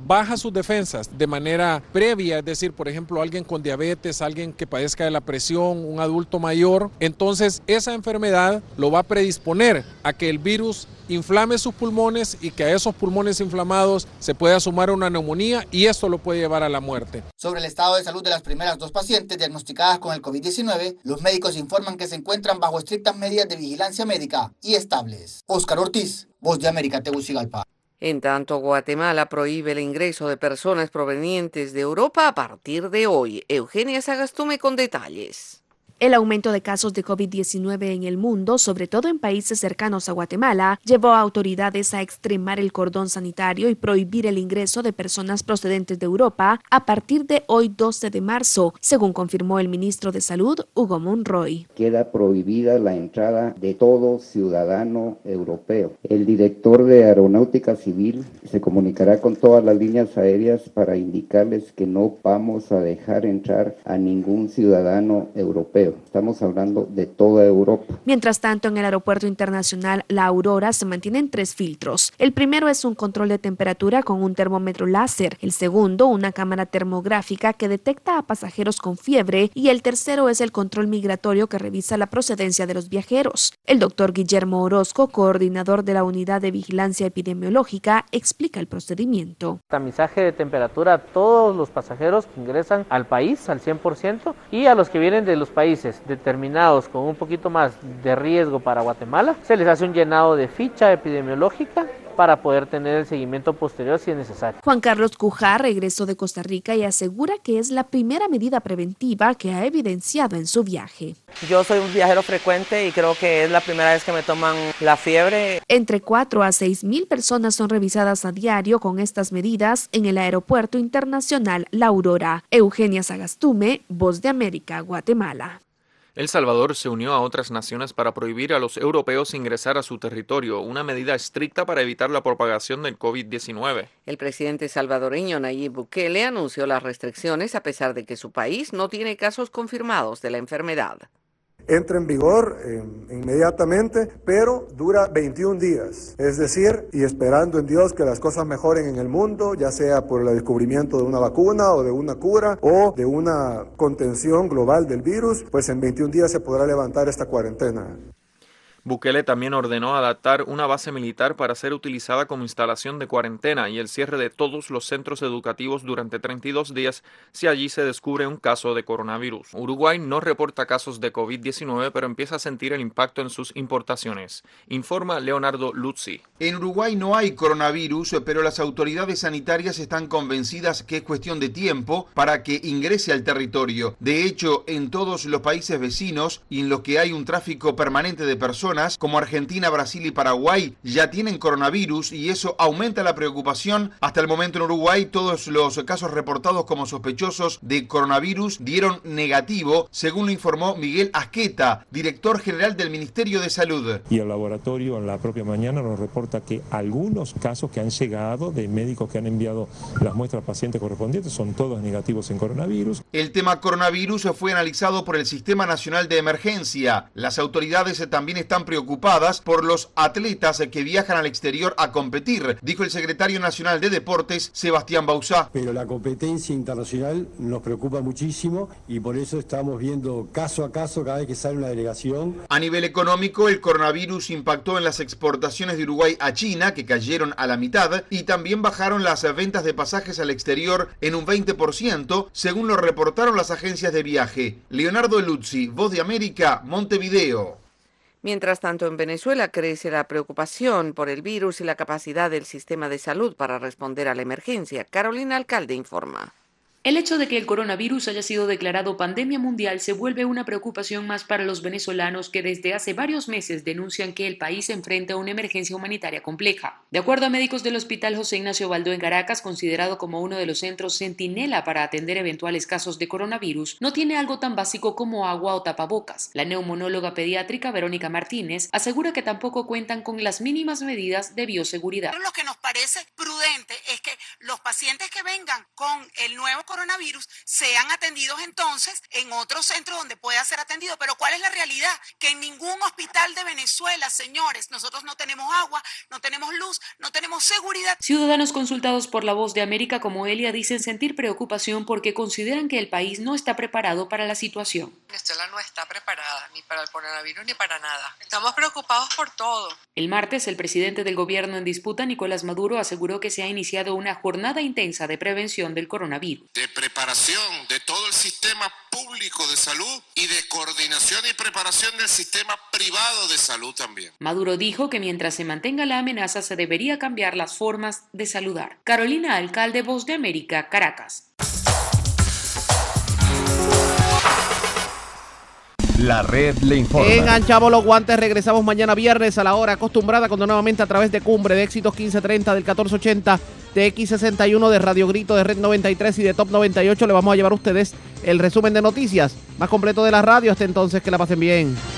baja sus defensas de manera previa, es decir, por ejemplo, alguien con diabetes, alguien que padezca de la presión, un adulto mayor, entonces esa enfermedad lo va a predisponer a que el virus inflame sus pulmones y que a esos pulmones inflamados se pueda sumar una neumonía y esto lo puede llevar a la muerte.
Sobre el estado de salud de las primeras dos pacientes diagnosticadas con el COVID diecinueve, los médicos informan que se encuentran bajo estrictas medidas de vigilancia médica y estables. Óscar Ortiz, Voz de América, Tegucigalpa.
En tanto, Guatemala prohíbe el ingreso de personas provenientes de Europa a partir de hoy. Eugenia Sagastume con detalles.
El aumento de casos de COVID diecinueve en el mundo, sobre todo en países cercanos a Guatemala, llevó a autoridades a extremar el cordón sanitario y prohibir el ingreso de personas procedentes de Europa a partir de hoy doce de marzo, según confirmó el ministro de Salud, Hugo Monroy.
Queda prohibida la entrada de todo ciudadano europeo. El director de Aeronáutica Civil se comunicará con todas las líneas aéreas para indicarles que no vamos a dejar entrar a ningún ciudadano europeo. Estamos hablando de toda Europa.
Mientras tanto, en el aeropuerto internacional La Aurora se mantienen tres filtros. El primero es un control de temperatura con un termómetro láser. El segundo, una cámara termográfica que detecta a pasajeros con fiebre. Y el tercero es el control migratorio que revisa la procedencia de los viajeros. El doctor Guillermo Orozco, coordinador de la Unidad de Vigilancia Epidemiológica, explica el procedimiento.
Tamizaje de temperatura a todos los pasajeros que ingresan al país al cien por ciento y a los que vienen de los países determinados con un poquito más de riesgo para Guatemala, se les hace un llenado de ficha epidemiológica para poder tener el seguimiento posterior si es necesario.
Juan Carlos Cujar regresó de Costa Rica y asegura que es la primera medida preventiva que ha evidenciado en su viaje.
Yo soy un viajero frecuente y creo que es la primera vez que me toman la fiebre.
Entre cuatro a seis mil personas son revisadas a diario con estas medidas en el Aeropuerto Internacional La Aurora. Eugenia Sagastume, Voz de América, Guatemala.
El Salvador se unió a otras naciones para prohibir a los europeos ingresar a su territorio, una medida estricta para evitar la propagación del COVID diecinueve.
El presidente salvadoreño Nayib Bukele anunció las restricciones a pesar de que su país no tiene casos confirmados de la enfermedad.
Entra en vigor eh, inmediatamente, pero dura veintiún días. Es decir, y esperando en Dios que las cosas mejoren en el mundo, ya sea por el descubrimiento de una vacuna o de una cura o de una contención global del virus, pues en veintiún días se podrá levantar esta cuarentena.
Bukele también ordenó adaptar una base militar para ser utilizada como instalación de cuarentena y el cierre de todos los centros educativos durante treinta y dos días si allí se descubre un caso de coronavirus. Uruguay no reporta casos de COVID diecinueve, pero empieza a sentir el impacto en sus importaciones. Informa Leonardo Luzzi.
En Uruguay no hay coronavirus, pero las autoridades sanitarias están convencidas que es cuestión de tiempo para que ingrese al territorio. De hecho, en todos los países vecinos y en los que hay un tráfico permanente de personas, como Argentina, Brasil y Paraguay, ya tienen coronavirus y eso aumenta la preocupación. Hasta el momento en Uruguay todos los casos reportados como sospechosos de coronavirus dieron negativo, según lo informó Miguel Asqueta, director general del Ministerio de Salud.
Y el laboratorio en la propia mañana nos reporta que algunos casos que han llegado de médicos que han enviado las muestras al paciente correspondientes son todos negativos en coronavirus.
El tema coronavirus fue analizado por el Sistema Nacional de Emergencia. Las autoridades también están preocupadas por los atletas que viajan al exterior a competir, dijo el secretario nacional de Deportes, Sebastián Bauzá.
Pero la competencia internacional nos preocupa muchísimo y por eso estamos viendo caso a caso cada vez que sale una delegación.
A nivel económico, el coronavirus impactó en las exportaciones de Uruguay a China, que cayeron a la mitad, y también bajaron las ventas de pasajes al exterior en un veinte por ciento, según lo reportaron las agencias de viaje. Leonardo Luzzi, Voz de América, Montevideo.
Mientras tanto, en Venezuela crece la preocupación por el virus y la capacidad del sistema de salud para responder a la emergencia. Carolina Alcalde informa.
El hecho de que el coronavirus haya sido declarado pandemia mundial se vuelve una preocupación más para los venezolanos que desde hace varios meses denuncian que el país enfrenta una emergencia humanitaria compleja. De acuerdo a médicos del Hospital José Ignacio Baldó en Caracas, considerado como uno de los centros centinela para atender eventuales casos de coronavirus, no tiene algo tan básico como agua o tapabocas. La neumonóloga pediátrica Verónica Martínez asegura que tampoco cuentan con las mínimas medidas de bioseguridad.
Lo que nos parece prudente es que los pacientes que vengan con el nuevo coronavirus
coronavirus sean atendidos entonces en otro centro donde pueda ser atendido. Pero ¿cuál es la realidad? Que en ningún hospital de Venezuela, señores, nosotros no tenemos agua, no tenemos luz, no tenemos seguridad.
Ciudadanos consultados por La Voz de América como Elia dicen sentir preocupación porque consideran que el país no está preparado para la situación.
Venezuela no está preparada ni para el coronavirus ni para nada. Estamos preocupados por todo.
El martes, el presidente del gobierno en disputa, Nicolás Maduro, aseguró que se ha iniciado una jornada intensa de prevención del coronavirus.
De preparación de todo el sistema público de salud y de coordinación y preparación del sistema privado de salud también.
Maduro dijo que mientras se mantenga la amenaza se debería cambiar las formas de saludar. Carolina Alcalde, Voz de América, Caracas.
La red le informa.
Enganchamos los guantes, regresamos mañana viernes a la hora acostumbrada, cuando nuevamente a través de Cumbre de Éxitos quince treinta del catorce ochenta de X sesenta y uno de Radio Grito de Red noventa y tres y de Top noventa y ocho le vamos a llevar a ustedes el resumen de noticias más completo de la radio. Hasta entonces, que la pasen bien.